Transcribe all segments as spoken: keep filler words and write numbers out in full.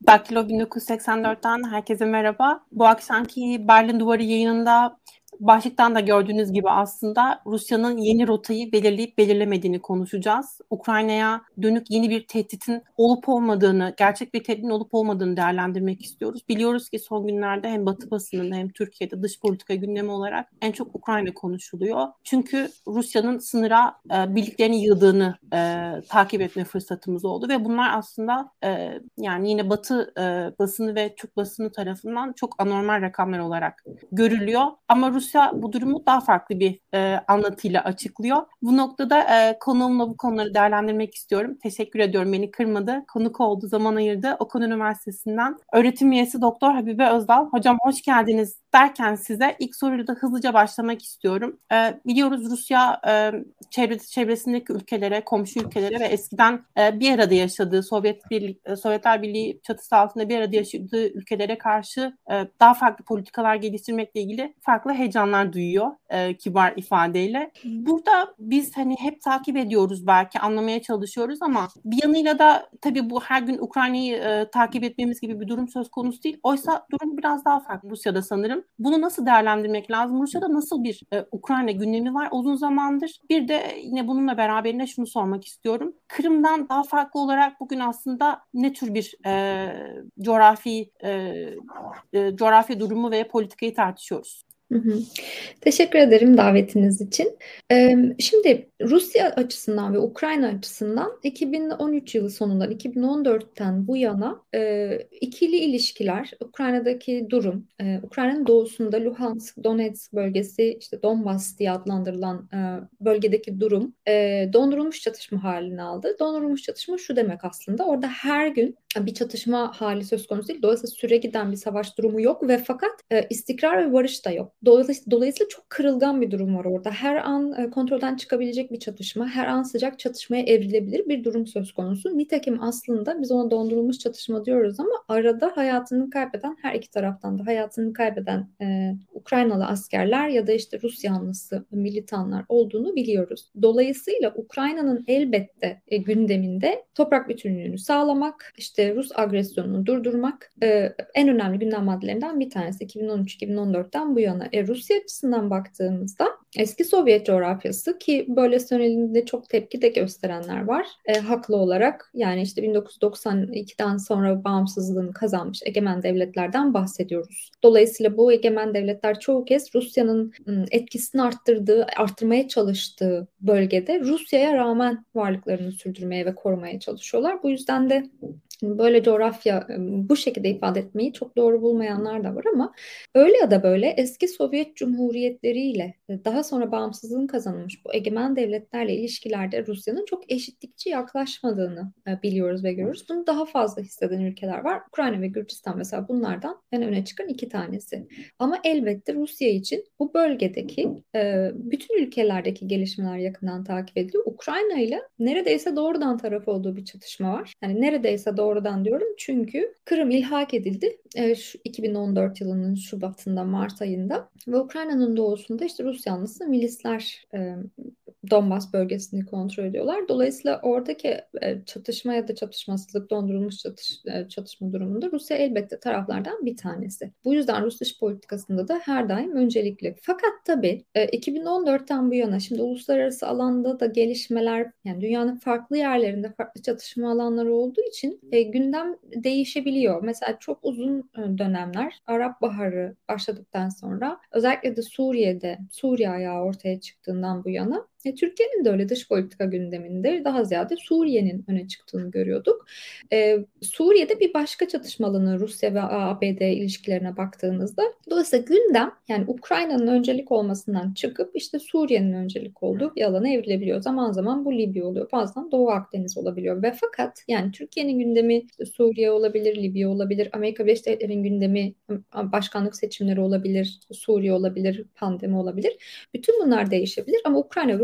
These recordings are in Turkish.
Daktilo bin dokuz yüz seksen dörtten herkese merhaba. Bu akşamki Berlin Duvarı yayınında başlıktan da gördüğünüz gibi aslında Rusya'nın yeni rotayı belirleyip belirlemediğini konuşacağız. Ukrayna'ya dönük yeni bir tehditin olup olmadığını, gerçek bir tehditin olup olmadığını değerlendirmek istiyoruz. Biliyoruz ki son günlerde hem Batı basınında hem Türkiye'de dış politika gündemi olarak en çok Ukrayna konuşuluyor. Çünkü Rusya'nın sınıra e, birliklerini yığdığını e, takip etme fırsatımız oldu ve bunlar aslında e, yani yine Batı e, basını ve Türk basını tarafından çok anormal rakamlar olarak görülüyor. Ama Rusya bu durumu daha farklı bir e, anlatıyla açıklıyor. Bu noktada e, konuğumla bu konuları değerlendirmek istiyorum. Teşekkür ediyorum, beni kırmadı. Konuk oldu, zaman ayırdı. Okan Üniversitesi'nden öğretim üyesi Doktor Habibe Özdal. Hocam hoş geldiniz derken size ilk soruyla da hızlıca başlamak istiyorum. E, biliyoruz Rusya e, çevre, çevresindeki ülkelere, komşu ülkelere ve eskiden e, bir arada yaşadığı Sovyet Birliği, Sovyetler Birliği çatısı altında bir arada yaşadığı ülkelere karşı e, daha farklı politikalar geliştirmekle ilgili farklı heyecanlar duyuyor e, kibar ifadeyle. Burada biz hani hep takip ediyoruz, belki anlamaya çalışıyoruz ama bir yanıyla da tabii bu her gün Ukrayna'yı e, takip etmemiz gibi bir durum söz konusu değil. Oysa durum biraz daha farklı Rusya'da sanırım. Bunu nasıl değerlendirmek lazım? Rusya'da nasıl bir e, Ukrayna gündemi var uzun zamandır? Bir de yine bununla beraberinde şunu sormak istiyorum. Kırım'dan daha farklı olarak bugün aslında ne tür bir e, coğrafi e, e, coğrafi durumu ve politikayı tartışıyoruz? Hı hı. Teşekkür ederim davetiniz için. Ee, şimdi Rusya açısından ve Ukrayna açısından iki bin on üç yılı sonundan iki bin on dörtten bu yana e, ikili ilişkiler, Ukrayna'daki durum, e, Ukrayna'nın doğusunda Luhansk, Donetsk bölgesi, işte Donbas diye adlandırılan e, bölgedeki durum e, dondurulmuş çatışma halini aldı. Dondurulmuş çatışma şu demek aslında: orada her gün bir çatışma hali söz konusu değil. Dolayısıyla süre giden bir savaş durumu yok ve fakat e, istikrar ve barış da yok. Dolayısıyla, dolayısıyla çok kırılgan bir durum var orada. Her an e, kontrolden çıkabilecek bir çatışma, her an sıcak çatışmaya evrilebilir bir durum söz konusu. Nitekim aslında biz ona dondurulmuş çatışma diyoruz ama arada hayatını kaybeden, her iki taraftan da hayatını kaybeden e, Ukraynalı askerler ya da işte Rus yanlısı militanlar olduğunu biliyoruz. Dolayısıyla Ukrayna'nın elbette e, gündeminde toprak bütünlüğünü sağlamak, işte Rus agresyonunu durdurmak e, en önemli gündem maddelerinden bir tanesi iki bin on üç iki bin on dörtten bu yana. E, Rusya açısından baktığımızda eski Sovyet coğrafyası, ki böyle yöneliminde çok tepki de gösterenler var. E, haklı olarak, yani işte bin dokuz yüz doksan ikiden sonra bağımsızlığını kazanmış egemen devletlerden bahsediyoruz. Dolayısıyla bu egemen devletler çoğu kez Rusya'nın ım, etkisini arttırdığı, arttırmaya çalıştığı bölgede Rusya'ya rağmen varlıklarını sürdürmeye ve korumaya çalışıyorlar. Bu yüzden de böyle coğrafya bu şekilde ifade etmeyi çok doğru bulmayanlar da var ama öyle ya da böyle eski Sovyet Cumhuriyetleriyle daha sonra bağımsızlığın kazanılmış bu egemen devletlerle ilişkilerde Rusya'nın çok eşitlikçi yaklaşmadığını biliyoruz ve görüyoruz. Bunu daha fazla hisseden ülkeler var. Ukrayna ve Gürcistan mesela bunlardan en öne çıkan iki tanesi. Ama elbette Rusya için bu bölgedeki bütün ülkelerdeki gelişmeler yakından takip ediliyor. Ukrayna ile neredeyse doğrudan taraf olduğu bir çatışma var. Yani neredeyse doğrudan diyorum çünkü Kırım ilhak edildi e, şu iki bin on dört yılının Şubat'ında, Mart ayında ve Ukrayna'nın doğusunda işte Rus yanlısı milisler e, Donbas bölgesini kontrol ediyorlar. Dolayısıyla oradaki e, çatışma ya da çatışmasızlık, dondurulmuş çatış, e, çatışma durumunda Rusya elbette taraflardan bir tanesi. Bu yüzden Rus dış politikasında da her daim öncelikli. Fakat tabii e, iki bin on dörtten bu yana şimdi uluslararası alanda da gelişmeler, yani dünyanın farklı yerlerinde farklı çatışma alanları olduğu için e, gündem değişebiliyor. Mesela çok uzun e, dönemler Arap Baharı başladıktan sonra özellikle de Suriye'de, Suriye ayağı ortaya çıktığından bu yana e, Türkiye'nin de öyle dış politika gündeminde daha ziyade Suriye'nin öne çıktığını görüyorduk. E, Suriye'de bir başka çatışma alanı Rusya ve A B D ilişkilerine baktığınızda. Dolayısıyla gündem, yani Ukrayna'nın öncelik olmasından çıkıp işte Suriye'nin öncelik olduğu bir alana evrilebiliyor. Zaman zaman bu Libya oluyor, bazen Doğu Akdeniz olabiliyor ve fakat yani Türkiye'nin gündemi işte Suriye olabilir, Libya olabilir, Amerika Birleşik Devletleri'nin gündemi başkanlık seçimleri olabilir, Suriye olabilir, pandemi olabilir. Bütün bunlar değişebilir ama Ukrayna ve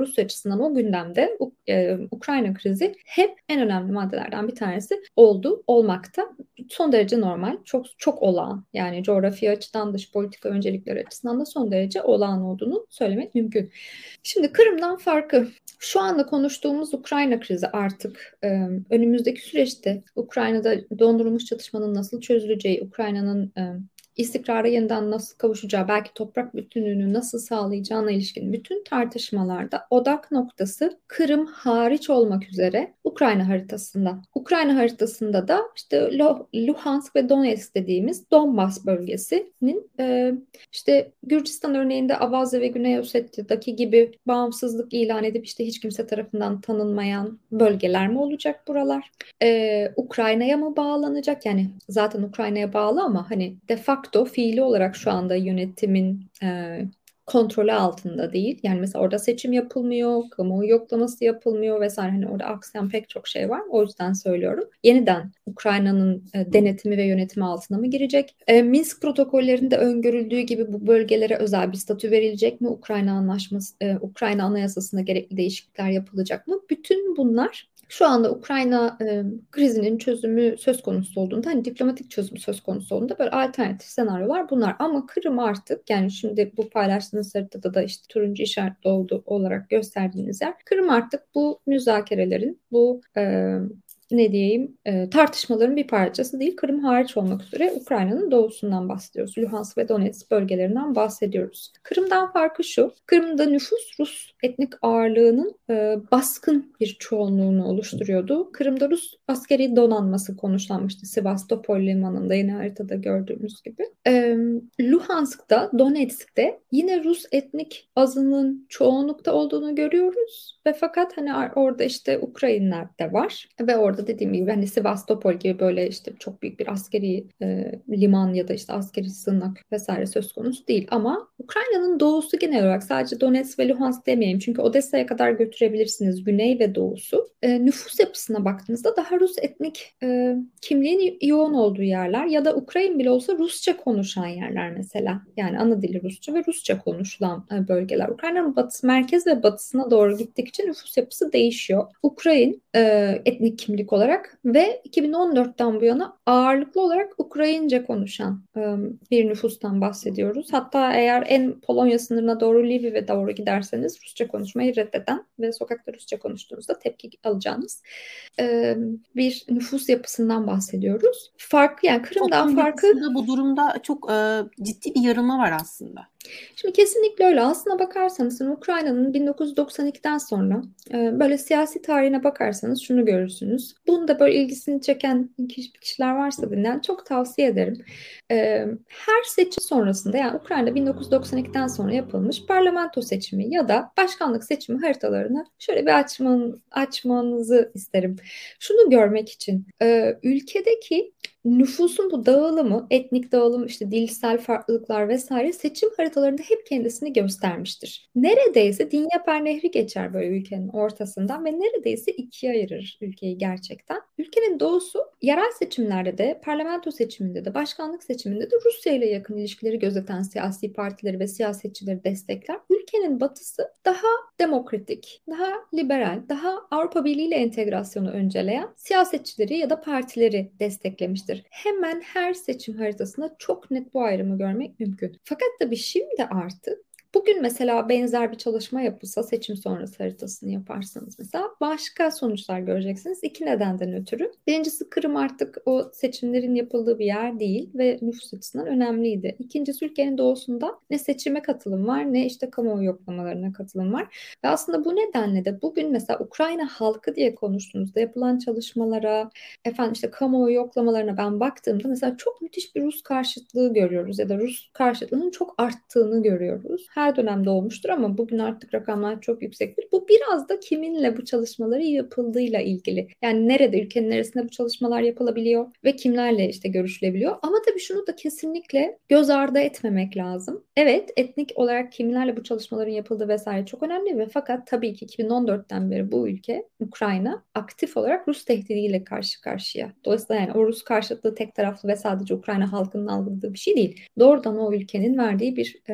Rusya açısından o gündemde e, Ukrayna krizi hep en önemli maddelerden bir tanesi oldu, olmakta. Son derece normal, çok çok olağan. Yani coğrafya açıdan, dış politika öncelikleri açısından da son derece olağan olduğunu söylemek mümkün. Şimdi Kırım'dan farkı, şu anda konuştuğumuz Ukrayna krizi artık e, önümüzdeki süreçte Ukrayna'da dondurulmuş çatışmanın nasıl çözüleceği, Ukrayna'nın e, istikrara yeniden nasıl kavuşacağı, belki toprak bütünlüğünü nasıl sağlayacağına ilişkin bütün tartışmalarda odak noktası Kırım hariç olmak üzere Ukrayna haritasında. Ukrayna haritasında da işte Luhansk ve Donetsk dediğimiz Donbas bölgesinin e, işte Gürcistan örneğinde Abazya ve Güney Ossetya'daki gibi bağımsızlık ilan edip işte hiç kimse tarafından tanınmayan bölgeler mi olacak buralar? Ee, Ukrayna'ya mı bağlanacak? Yani zaten Ukrayna'ya bağlı ama hani de facto fiili olarak şu anda yönetimin e, kontrolü altında değil. Yani mesela orada seçim yapılmıyor, kamuoyu yoklaması yapılmıyor vesaire. Hani orada aksayan pek çok şey var. O yüzden söylüyorum. Yeniden Ukrayna'nın e, denetimi ve yönetimi altına mı girecek? E, Minsk protokollerinde öngörüldüğü gibi bu bölgelere özel bir statü verilecek mi? Ukrayna anlaşması, e, Ukrayna anayasasında gerekli değişiklikler yapılacak mı? Bütün bunlar şu anda Ukrayna e, krizinin çözümü söz konusu olduğunda, hani diplomatik çözüm söz konusu olduğunda böyle alternatif senaryolar bunlar. Ama Kırım artık, yani şimdi bu paylaştığınız haritada da işte turuncu işaretli oldu olarak gösterdiğiniz yer, Kırım artık bu müzakerelerin, bu e, ne diyeyim e, tartışmaların bir parçası değil. Kırım hariç olmak üzere Ukrayna'nın doğusundan bahsediyoruz. Luhansk ve Donetsk bölgelerinden bahsediyoruz. Kırım'dan farkı şu: Kırım'da nüfus Rus etnik ağırlığının e, baskın bir çoğunluğunu oluşturuyordu. Kırım'da Rus askeri donanması konuşlanmıştı. Sivastopol limanında yine haritada gördüğümüz gibi. E, Luhansk'ta, Donetsk'te yine Rus etnik azının çoğunlukta olduğunu görüyoruz. Ve fakat hani orada işte Ukraynalılar da var ve orada dediğim gibi hani Sivastopol gibi böyle işte çok büyük bir askeri e, liman ya da işte askeri sığınak vesaire söz konusu değil. Ama Ukrayna'nın doğusu genel olarak, sadece Donetsk ve Luhansk demeyeyim çünkü Odessa'ya kadar götürebilirsiniz, güney ve doğusu. E, nüfus yapısına baktığınızda daha Rus etnik e, kimliğin yoğun olduğu yerler ya da Ukrayna bile olsa Rusça konuşan yerler mesela. Yani ana dili Rusça ve Rusça konuşulan e, bölgeler. Ukrayna'nın batısı, merkez ve batısına doğru gittikçe nüfus yapısı değişiyor. Ukrayna e, etnik kimlik olarak ve iki bin on dörtten bu yana ağırlıklı olarak Ukrayince konuşan e, bir nüfustan bahsediyoruz. Hatta eğer en Polonya sınırına doğru, Lviv'e doğru giderseniz Rusça konuşmayı reddeden ve sokakta Rusça konuştuğunuzda tepki alacağınız e, bir nüfus yapısından bahsediyoruz. Farkı, yani Kırım'dan Toplum farkı. yapısında bu durumda çok e, ciddi bir yarılma var aslında. Şimdi kesinlikle öyle. Aslına bakarsanız Ukrayna'nın bin dokuz yüz doksan ikiden sonra e, böyle siyasi tarihine bakarsanız şunu görürsünüz. Bunu da böyle ilgisini çeken kişiler varsa dinleyen çok tavsiye ederim. E, her seçim sonrasında, yani Ukrayna bin dokuz yüz doksan ikiden sonra yapılmış parlamento seçimi ya da başkanlık seçimi haritalarını şöyle bir açman, açmanızı isterim. Şunu görmek için e, ülkedeki nüfusun bu dağılımı, etnik dağılım, işte dilsel farklılıklar vesaire seçim haritalarında hep kendisini göstermiştir. Neredeyse Dinyeper Nehri geçer böyle ülkenin ortasından ve neredeyse ikiye ayırır ülkeyi gerçekten. Ülkenin doğusu yerel seçimlerde de, parlamento seçiminde de, başkanlık seçiminde de Rusya ile yakın ilişkileri gözeten siyasi partileri ve siyasetçileri destekler. Ülkenin batısı daha demokratik, daha liberal, daha Avrupa Birliği ile entegrasyonu önceleyen siyasetçileri ya da partileri desteklemiştir. Hemen her seçim haritasında çok net bu ayrımı görmek mümkün. Fakat tabii şimdi artık bugün mesela benzer bir çalışma yapılsa, seçim sonrası haritasını yaparsanız mesela başka sonuçlar göreceksiniz. İki nedenden ötürü. Birincisi, Kırım artık o seçimlerin yapıldığı bir yer değil ve nüfus açısından önemliydi. İkincisi, ülkenin doğusunda ne seçime katılım var ne işte kamuoyu yoklamalarına katılım var. Ve aslında bu nedenle de bugün mesela Ukrayna halkı diye konuştuğumuzda yapılan çalışmalara, efendim işte kamuoyu yoklamalarına ben baktığımda mesela çok müthiş bir Rus karşıtlığı görüyoruz ya da Rus karşıtlığının çok arttığını görüyoruz. Her dönemde olmuştur ama bugün artık rakamlar çok yüksektir. Bu biraz da kiminle bu çalışmaları yapıldığıyla ilgili. Yani nerede, ülkenin neresinde bu çalışmalar yapılabiliyor ve kimlerle işte görüşülebiliyor. Ama tabii şunu da kesinlikle göz ardı etmemek lazım. Evet, etnik olarak kimlerle bu çalışmaların yapıldığı vesaire çok önemli ve fakat tabii ki iki bin on dörtten beri bu ülke, Ukrayna, aktif olarak Rus tehdidiyle karşı karşıya. Dolayısıyla yani o Rus karşıtlığı tek taraflı ve sadece Ukrayna halkının algıladığı bir şey değil. Doğrudan o ülkenin verdiği bir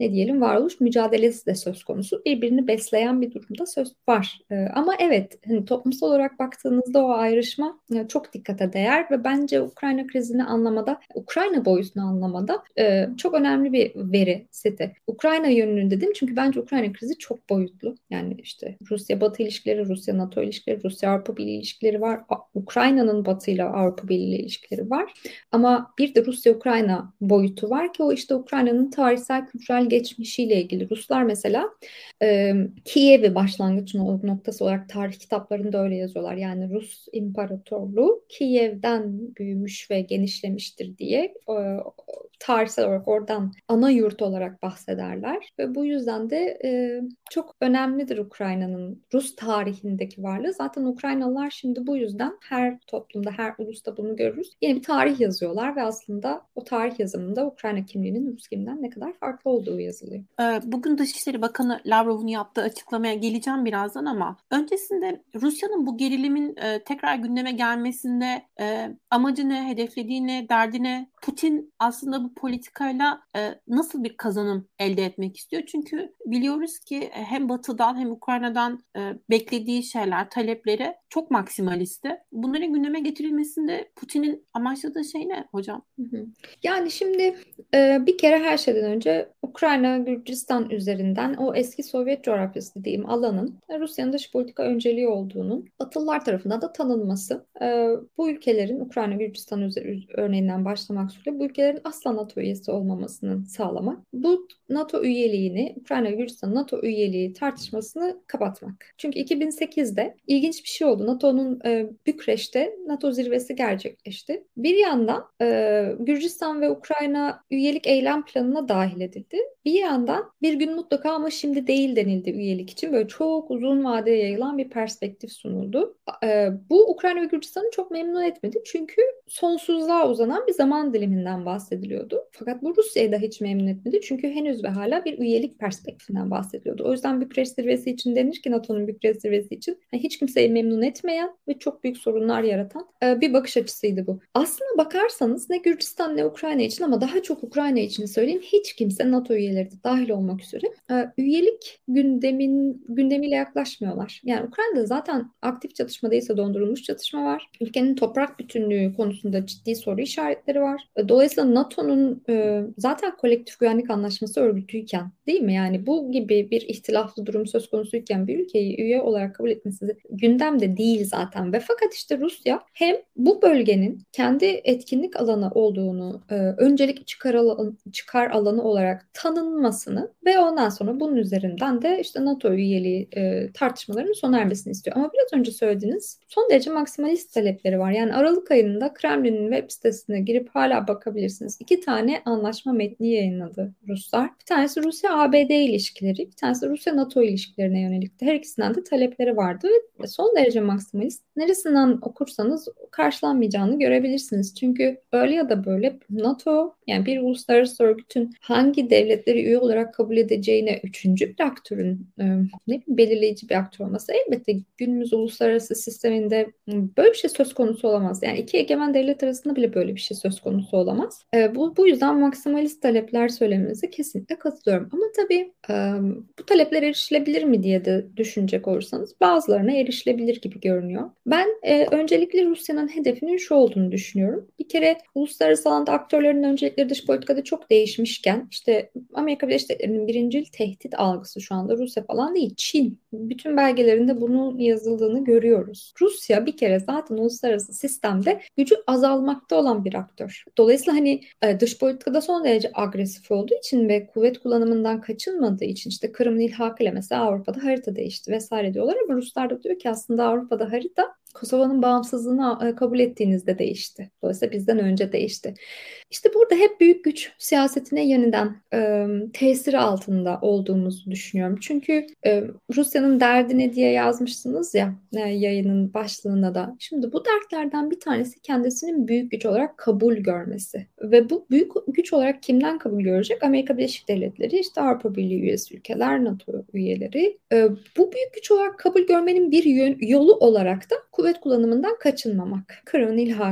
ne diyelim varoluş mücadelesi de söz konusu. Birbirini besleyen bir durumda söz var. E, ama evet hani toplumsal olarak baktığınızda o ayrışma e, çok dikkate değer ve bence Ukrayna krizini anlamada, Ukrayna boyutunu anlamada e, çok önemli bir veri seti. Ukrayna yönünün dedim çünkü bence Ukrayna krizi çok boyutlu. Yani işte Rusya-Batı ilişkileri, Rusya-NATO ilişkileri, Rusya-Avrupa Birliği ilişkileri var. Ukrayna'nın Batı ile Avrupa Birliği ile ilişkileri var. Ama bir de Rusya-Ukrayna boyutu var ki o işte Ukrayna'nın tarihsel kültürel geçmişiyle ilgili. Ruslar mesela e, Kiev'i başlangıç noktası olarak tarih kitaplarında öyle yazıyorlar. Yani Rus İmparatorluğu Kiev'den büyümüş ve genişlemiştir diye e, tarihsel olarak oradan ana yurt olarak bahsederler. Ve bu yüzden de e, çok önemlidir Ukrayna'nın Rus tarihindeki varlığı. Zaten Ukraynalılar şimdi bu yüzden her toplumda, her ulusta bunu görürüz. Yeni bir tarih yazıyorlar ve aslında o tarih yazımında Ukrayna kimliğinin Rus kimliğinden ne kadar farklı olduğu yazılıyor. Bugün Dışişleri Bakanı Lavrov'un yaptığı açıklamaya geleceğim birazdan ama öncesinde Rusya'nın bu gerilimin tekrar gündeme gelmesinde amacı ne, hedeflediği ne, derdi ne? Putin aslında bu politikayla nasıl bir kazanım elde etmek istiyor? Çünkü biliyoruz ki hem Batı'dan hem Ukrayna'dan beklediği şeyler, talepleri çok maksimalisti. Bunların gündeme getirilmesinde Putin'in amaçladığı şey ne hocam? Hı hı. Yani şimdi e, bir kere her şeyden önce Ukrayna, Gürcistan üzerinden o eski Sovyet coğrafyası dediğim alanın Rusya'nın dış politika önceliği olduğunun Batılılar tarafından da tanınması. E, bu ülkelerin Ukrayna, Gürcistan üzeri, örneğinden başlamak üzere bu ülkelerin asla NATO üyesi olmamasını sağlamak. Bu NATO üyeliğini, Ukrayna ve Gürcistan NATO üyeliği tartışmasını kapatmak. Çünkü iki bin sekizde ilginç bir şey oldu. NATO'nun e, Bükreş'te NATO zirvesi gerçekleşti. Bir yandan e, Gürcistan ve Ukrayna üyelik eylem planına dahil edildi. Bir yandan bir gün mutlaka ama şimdi değil denildi üyelik için. Böyle çok uzun vadeye yayılan bir perspektif sunuldu. E, bu Ukrayna ve Gürcistan'ı çok memnun etmedi. Çünkü sonsuzluğa uzanan bir zaman diliminden bahsediliyordu. Fakat bu Rusya'yı da hiç memnun etmedi. Çünkü henüz ve hala bir üyelik perspektifinden bahsediliyordu. O yüzden Bükreş zirvesi için denir ki NATO'nun Bükreş zirvesi için yani hiç kimseyi memnun etmeyen ve çok büyük sorunlar yaratan e, bir bakış açısıydı bu. Aslına bakarsanız ne Gürcistan ne Ukrayna için ama daha çok Ukrayna için söyleyeyim hiç kimse NATO üyeleri de dahil olmak üzere e, üyelik gündemin gündemiyle yaklaşmıyorlar. Yani Ukrayna'da zaten aktif çatışma değilse dondurulmuş çatışma var. Ülkenin toprak bütünlüğü konusunda ciddi soru işaretleri var. E, dolayısıyla NATO'nun e, zaten kolektif güvenlik anlaşması örgütüyken değil mi? Yani bu gibi bir ihtilaflı durum söz konusuyken bir ülkeyi üye olarak kabul etmesi gündemde değil zaten ve fakat işte Rusya hem bu bölgenin kendi etkinlik alanı olduğunu e, öncelik çıkar alanı, çıkar alanı olarak tanınmasını ve ondan sonra bunun üzerinden de işte NATO üyeliği e, tartışmalarının sona ermesini istiyor. Ama biraz önce söylediğiniz son derece maksimalist talepleri var. Yani Aralık ayında Kremlin'in web sitesine girip hala bakabilirsiniz. İki tane anlaşma metni yayınladı Ruslar. Bir tanesi Rusya-A B D ilişkileri, bir tanesi Rusya-NATO ilişkilerine yönelikti. Her ikisinden de talepleri vardı ve son derece maksimalist. Neresinden okursanız karşılanmayacağını görebilirsiniz. Çünkü öyle ya da böyle NATO yani bir uluslararası örgütün hangi devletleri üye olarak kabul edeceğine üçüncü bir aktörün e, ne bileyim, belirleyici bir aktör olması elbette günümüz uluslararası sisteminde böyle bir şey söz konusu olamaz. Yani iki egemen devlet arasında bile böyle bir şey söz konusu olamaz. E, bu, bu yüzden maksimalist talepler söylemenize kesinlikle katılıyorum. Ama tabii e, bu talepler erişilebilir mi diye de düşünecek olursanız bazılarına erişilebilir gibi görünüyor. Ben e, öncelikle Rusya'nın hedefinin şu olduğunu düşünüyorum. Bir kere uluslararası alanda aktörlerin öncelikleri dış politikada çok değişmişken işte Amerika Birleşik Devletleri'nin birincil tehdit algısı şu anda Rusya falan değil, Çin. Bütün belgelerinde bunun yazıldığını görüyoruz. Rusya bir kere zaten uluslararası sistemde gücü azalmakta olan bir aktör. Dolayısıyla hani e, dış politikada son derece agresif olduğu için ve kuvvet kullanımından kaçınmadığı için işte Kırım'ın ilhakıyla mesela Avrupa'da harita değişti vesaire diyorlar ama Ruslar da diyor ki aslında Avrupa'da harita Kosova'nın bağımsızlığını kabul ettiğinizde değişti. Dolayısıyla bizden önce değişti. İşte burada hep büyük güç siyasetine yeniden e, tesiri altında olduğumuzu düşünüyorum. Çünkü e, Rusya'nın derdi ne diye yazmışsınız ya e, yayının başlığına da. Şimdi bu dertlerden bir tanesi kendisinin büyük güç olarak kabul görmesi. Ve bu büyük güç olarak kimden kabul görecek? Amerika Birleşik Devletleri, işte Avrupa Birliği üyesi ülkeler, NATO üyeleri. E, bu büyük güç olarak kabul görmenin bir yön, yolu olarak da kuvvet kullanımından kaçınmamak. Kırım'ın ilhakı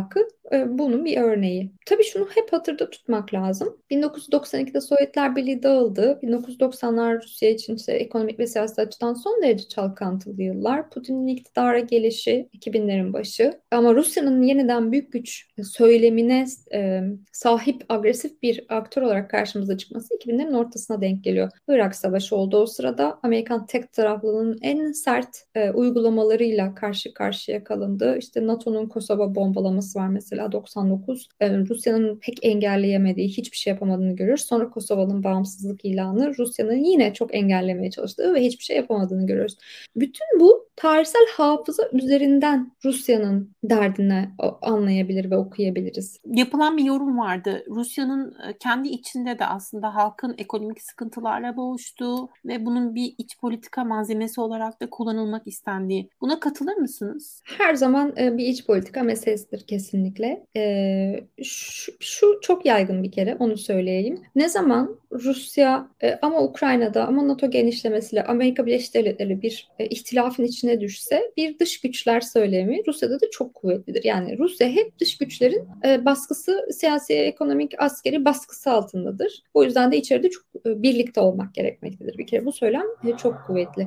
e, bunun bir örneği. Tabii şunu hep hatırda tutmak lazım. bin dokuz yüz doksan ikide Sovyetler Birliği dağıldı. bin dokuz yüz doksanlar Rusya için işte ekonomik ve siyasi açıdan son derece çalkantılı yıllar. Putin'in iktidara gelişi iki binlerin başı. Ama Rusya'nın yeniden büyük güç söylemine e, sahip agresif bir aktör olarak karşımıza çıkması iki binlerin ortasına denk geliyor. Irak Savaşı oldu o sırada. Amerikan tek taraflılığının en sert e, uygulamalarıyla karşı karşıya kalındı. İşte NATO'nun Kosova bombalaması var mesela doksan dokuz. E, Rusya'nın pek engelleyemediği, hiçbir şey yapamadığını görüyoruz. Sonra Kosova'nın bağımsızlık ilanı, Rusya'nın yine çok engellemeye çalıştığı ve hiçbir şey yapamadığını görüyoruz. Bütün bu tarihsel hafıza üzerinden Rusya'nın derdini anlayabilir ve okuyabiliriz. Yapılan bir yorum vardı. Rusya'nın e, kendi içinde de aslında halkın ekonomik sıkıntılarla boğuştuğu ve bunun bir iç politika malzemesi olarak da kullanılmak istendiği. Buna katılır mısınız? Her zaman e, bir iç politika meselesidir kesinlikle. E, şu, şu çok yaygın bir kere, onu söyleyeyim. Ne zaman Rusya e, ama Ukrayna'da ama NATO genişlemesiyle Amerika Birleşik Devletleri bir e, ihtilafın içine düşse, bir dış güçler söylemi Rusya'da da çok kuvvetlidir. Yani Rusya hep dış güçlerin e, baskısı, siyasi, ekonomik, askeri baskısı altındadır. O yüzden de içeride çok e, birlikte olmak gerekmektedir. Bir kere bu söylem e, çok kuvvetli.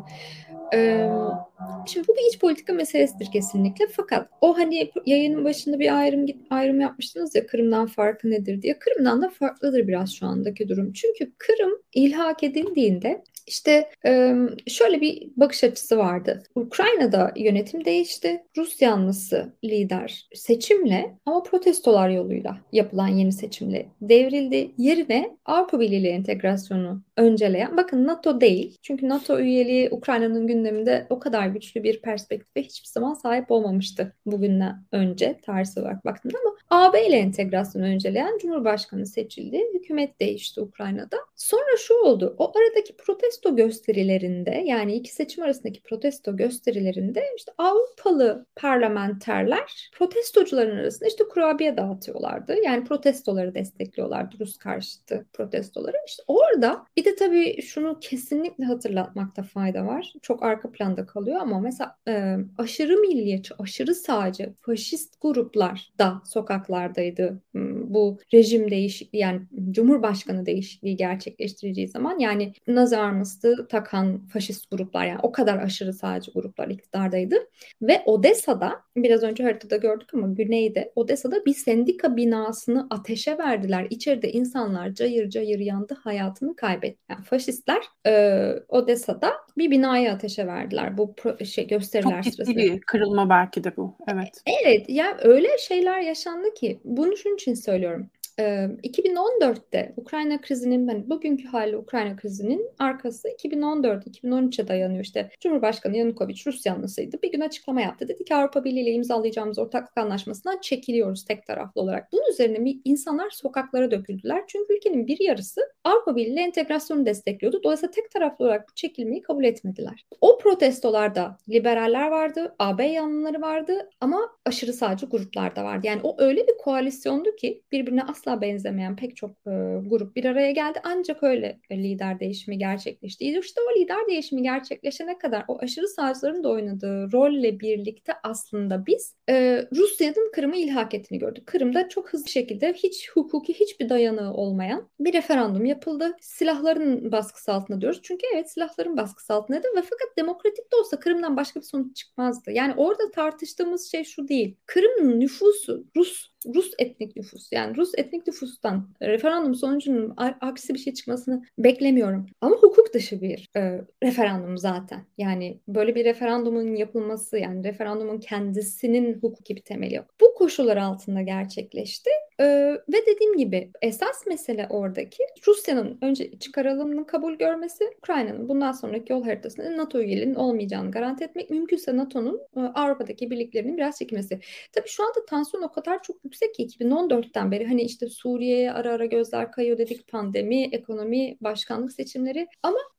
E, Şimdi bu bir iç politika meselesidir kesinlikle. Fakat o hani yayının başında bir ayrım ayrım yapmıştınız ya, Kırım'dan farkı nedir diye. Kırım'dan da farklıdır biraz şu andaki durum. Çünkü Kırım ilhak edildiğinde işte şöyle bir bakış açısı vardı. Ukrayna'da yönetim değişti. Rus yanlısı lider seçimle ama protestolar yoluyla yapılan yeni seçimle devrildi. Yerine Avrupa Birliği ile entegrasyonu önceleyen, bakın NATO değil. Çünkü NATO üyeliği Ukrayna'nın gündeminde o kadar güçlü bir perspektife hiçbir zaman sahip olmamıştı bugünden önce tarihsel olarak baktığımda, ama A B ile entegrasyonu önceleyen Cumhurbaşkanı seçildi. Hükümet değişti Ukrayna'da. Sonra şu oldu. O aradaki protesto gösterilerinde, yani iki seçim arasındaki protesto gösterilerinde işte Avrupalı parlamenterler protestocuların arasında işte kurabiye dağıtıyorlardı. Yani protestoları destekliyorlardı, Rus karşıtı protestoları. İşte orada bir de tabii şunu kesinlikle hatırlatmakta fayda var. Çok arka planda kalıyor ama mesela e, aşırı milliyetçi, aşırı sağcı, faşist gruplar da sokaklardaydı. Bu rejim değişikliği, yani Cumhurbaşkanı değişikliği gerçekleştireceği zaman, yani Nazi arması takan faşist gruplar, yani o kadar aşırı sağcı gruplar iktidardaydı. Ve Odessa'da, biraz önce haritada gördük ama güneyde, Odessa'da bir sendika binasını ateşe verdiler. İçeride insanlar cayır cayır yandı, hayatını kaybetti. Yani faşistler e, Odessa'da bir binayı ateşe verdiler bu pro- şey gösteriler Çok ciddi sırasında. bir kırılma belki de bu. Evet. Evet, ya öyle şeyler yaşandı ki, bunu şunun için söylüyorum. Ee, iki bin on dörtte Ukrayna krizinin, hani bugünkü hali Ukrayna krizinin arkası iki bin on dört iki bin on üçe dayanıyor. İşte Cumhurbaşkanı Yanukovych Rus yanlısıydı. Bir gün açıklama yaptı. Dedi ki Avrupa Birliği ile imzalayacağımız ortaklık anlaşmasından çekiliyoruz tek taraflı olarak. Bunun üzerine bir insanlar sokaklara döküldüler. Çünkü ülkenin bir yarısı Avrupa Birliği ile entegrasyonu destekliyordu. Dolayısıyla tek taraflı olarak bu çekilmeyi kabul etmediler. O protestolarda liberaller vardı, A B yanlıları vardı ama aşırı sağcı gruplar da vardı. Yani o öyle bir koalisyondu ki birbirine asla benzemeyen pek çok e, grup bir araya geldi. Ancak öyle e, lider değişimi gerçekleşti. İşte o lider değişimi gerçekleşene kadar o aşırı sağcıların da oynadığı rolle birlikte aslında biz e, Rusya'nın Kırım'ı ilhak ettiğini gördük. Kırım'da çok hızlı şekilde hiç hukuki hiçbir dayanığı olmayan bir referandum yapıldı. Silahların baskısı altında diyoruz. Çünkü evet, silahların baskısı altındaydı ve fakat demokratik de olsa Kırım'dan başka bir sonuç çıkmazdı. Yani orada tartıştığımız şey şu değil. Kırım'ın nüfusu Rus Rus etnik nüfus, yani Rus etnik nüfustan referandum sonucunun aksi bir şey çıkmasını beklemiyorum. Ama hukuk dışı bir e, referandum zaten. Yani böyle bir referandumun yapılması, yani referandumun kendisinin hukuki bir temeli yok. Bu koşullar altında gerçekleşti. E, ve dediğim gibi esas mesele oradaki Rusya'nın önce çıkar alımının kabul görmesi, Ukrayna'nın bundan sonraki yol haritasında NATO üyeliğinin olmayacağını garanti etmek, mümkünse NATO'nun e, Avrupa'daki birliklerinin biraz çekilmesi. Tabii şu anda tansiyon o kadar çok yüksek ki iki bin on dörtten beri, hani işte Suriye'ye ara ara gözler kayıyor dedik, pandemi, ekonomi, başkanlık seçimleri, ama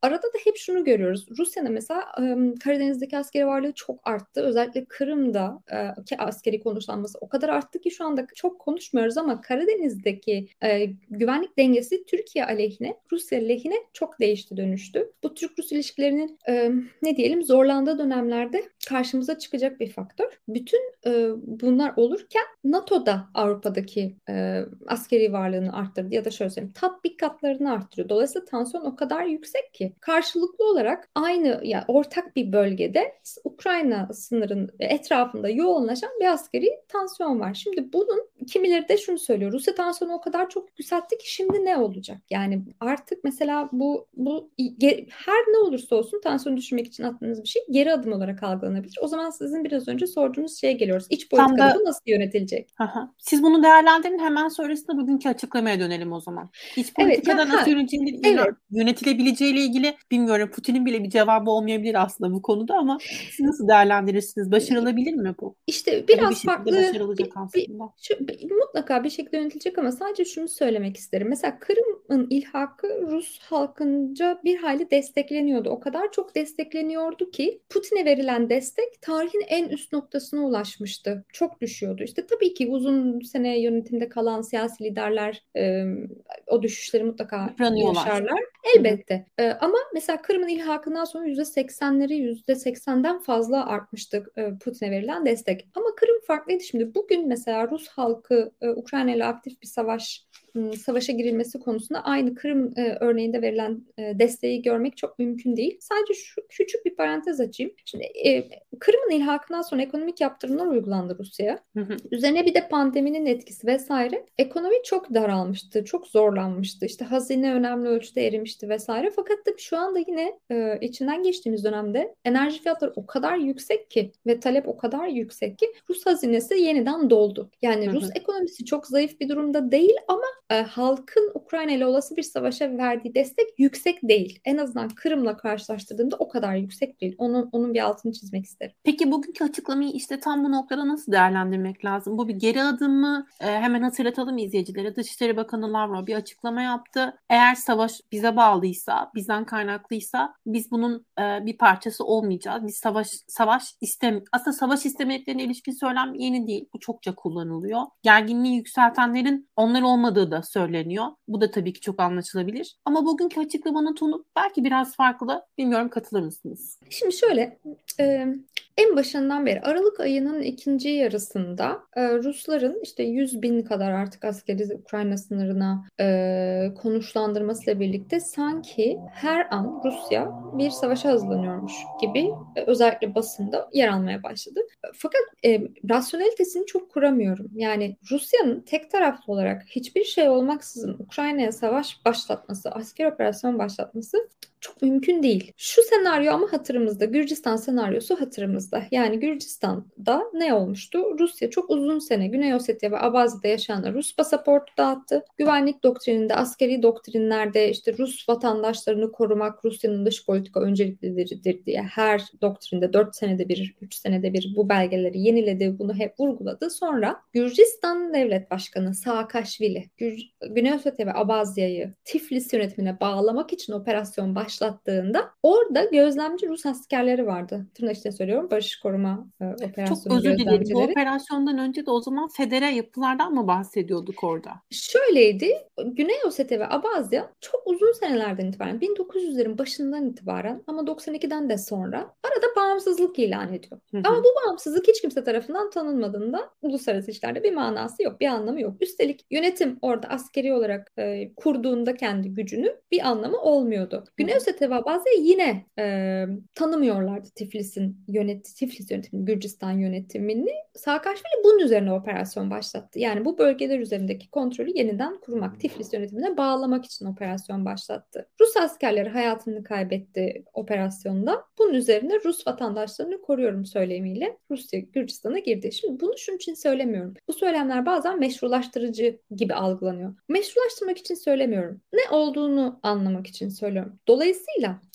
arada da hep şunu görüyoruz. Rusya'nın mesela e, Karadeniz'deki askeri varlığı çok arttı. Özellikle Kırım'da e, ki askeri konuşlanması o kadar arttı ki şu anda çok konuşmuyoruz ama Karadeniz'deki e, güvenlik dengesi Türkiye aleyhine, Rusya lehine çok değişti, dönüştü. Bu Türk-Rus ilişkilerinin e, ne diyelim zorlandığı dönemlerde karşımıza çıkacak bir faktör. Bütün e, bunlar olurken NATO da Avrupa'daki e, askeri varlığını arttırdı ya da şöyle söyleyeyim tatbikatlarını arttırıyor. Dolayısıyla tansiyon o kadar yüksek ki karşılıklı olarak aynı yani ortak bir bölgede Ukrayna sınırın etrafında yoğunlaşan bir askeri tansiyon var. Şimdi bunun kimileri de şunu söylüyor. Rusya tansiyonu o kadar çok yükseltti ki şimdi ne olacak? Yani artık mesela bu bu her ne olursa olsun tansiyonu düşürmek için attığınız bir şey geri adım olarak algılanabilir. O zaman sizin biraz önce sorduğunuz şeye geliyoruz. İç Tam politikada da bu nasıl yönetilecek? Aha. Siz bunu değerlendirin, hemen sonrasında bugünkü açıklamaya dönelim o zaman. İç Evet ya politikada nasıl ha yönetilebileceğiyle, evet. yönetilebileceğiyle ilgili bilmiyorum. Putin'in bile bir cevabı olmayabilir aslında bu konuda ama siz nasıl değerlendirirsiniz? Başarılabilir mi bu? İşte Ya da bir biraz şekilde farklı bir, başarılacak bir, aslında. şu- bir- mutlaka bir şekilde yönetilecek ama sadece şunu söylemek isterim. Mesela Kırım'ın ilhakı Rus halkınca bir hayli destekleniyordu. O kadar çok destekleniyordu ki Putin'e verilen destek tarihin en üst noktasına ulaşmıştı. Çok düşüyordu. İşte tabii ki uzun sene yönetimde kalan siyasi liderler e, o düşüşleri mutlaka Yıpranıyorlar. yaşarlar. Hı hı. Elbette. E, ama mesela Kırım'ın ilhakından sonra yüzde seksenleri yüzde seksenden fazla artmıştı e, Putin'e verilen destek. Ama Kırım farklıydı şimdi. Bugün mesela Rus halkı e, Ukrayna ile aktif bir savaş m, savaşa girilmesi konusunda aynı Kırım e, örneğinde verilen e, desteği görmek çok mümkün değil. Sadece şu küçük bir parantez açayım. Şimdi e, Kırım'ın ilhakından sonra ekonomik yaptırımlar uygulandı Rusya'ya. Hı hı. Üzerine bir de pandeminin etkisi vesaire. Ekonomi çok daralmıştı, çok zorlanmıştı. İşte hazine önemli ölçüde erimişti vesaire. Fakat tabii şu anda yine e, içinden geçtiğimiz dönemde enerji fiyatları o kadar yüksek ki ve talep o kadar yüksek ki Rus hazinesi yeniden doldu. Hı Yani Rus hı. ekonomisi çok zayıf bir durumda değil ama e, halkın Ukrayna ile olası bir savaşa verdiği destek yüksek değil. En azından Kırım'la karşılaştırdığımda o kadar yüksek değil. Onun, onun bir altını çizmek isterim. Peki bugünkü açıklamayı işte tam bu noktada nasıl değerlendirmek lazım? Bu bir geri adım mı? Ee, hemen hatırlatalım izleyicilere. Dışişleri Bakanı Lavrov bir açıklama yaptı. Eğer savaş bize bağlıysa, bizden kaynaklıysa biz bunun e, bir parçası olmayacağız. Biz savaş savaş istem aslında savaş istemediklerine ilişkin söylem yeni değil. Bu çokça kullanılıyor. Gerginliği yükseltenlerin onlar olmadığı da söyleniyor. Bu da tabii ki çok anlaşılabilir. Ama bugünkü açıklamanın tonu belki biraz farklı. Bilmiyorum, katılır mısınız? Şimdi şöyle, e, en başından beri Aralık ayının ikinci yarısında e, Rusların işte yüz bin kadar artık askeri Ukrayna sınırına e, konuşlandırmasıyla birlikte sanki her an Rusya bir savaşa hazırlanıyormuş gibi e, özellikle basında yer almaya başladı. Fakat e, rasyonelitesini çok kuramıyorum. Yani Rusya'nın tek taraflı olarak hiçbir şey olmaksızın Ukrayna'ya savaş başlatması, asker operasyon başlatması çok mümkün değil. Şu senaryo ama hatırımızda. Gürcistan senaryosu hatırımızda. Yani Gürcistan'da ne olmuştu? Rusya çok uzun sene Güney Ossetya ve Abazya'da yaşayanlara Rus pasaportu dağıttı. Güvenlik doktrininde, askeri doktrinlerde işte Rus vatandaşlarını korumak Rusya'nın dış politika öncelikleridir diye her doktrinde dört senede bir, üç senede bir bu belgeleri yeniledi. Bunu hep vurguladı. Sonra Gürcistan Devlet Başkanı Saakashvili Gür Güney Ossetya ve Abazya'yı Tiflis yönetimine bağlamak için operasyon başlattığında orada gözlemci Rus askerleri vardı. Tırnak içinde söylüyorum. Barış koruma e, Çok operasyonu özür dilerim. Bu gözlemcileri. operasyondan önce de o zaman federe yapılardan mı bahsediyorduk orada? Şöyleydi, Güney Ossetya ve Abazya çok uzun senelerden itibaren, bin dokuz yüzlerin başından itibaren ama doksan ikiden de sonra arada bağımsızlık ilan ediyor. Hı Ama hı. bu bağımsızlık hiç kimse tarafından tanınmadığında uluslararası işlerde bir manası yok, bir anlamı yok. Üstelik yönetim orada askeri olarak e, kurduğunda kendi gücünü bir anlamı olmuyordu. Hı Güney hı. Ossetya ve Abazya yine e, tanımıyorlardı Tiflis'in yönet Tiflis yönetimini, Gürcistan yönetimini. Saakashvili bunun üzerine operasyon başlattı. Yani bu bölgeler üzerindeki kontrolü yeniden kurmak, Tiflis yönetimine bağlamak için operasyon başlattı. Rus askerleri hayatını kaybetti operasyonda. Bunun üzerine Rus vatandaşlarını koruyorum söylemiyle Rusya Gürcistan'a girdi. Şimdi bunu şunun için söylemiyorum. Bu söylemler bazen meşrulaştırıcı gibi algılanıyor. Meşrulaştırmak için söylemiyorum. Ne olduğunu anlamak için söylüyorum. Dolayısıyla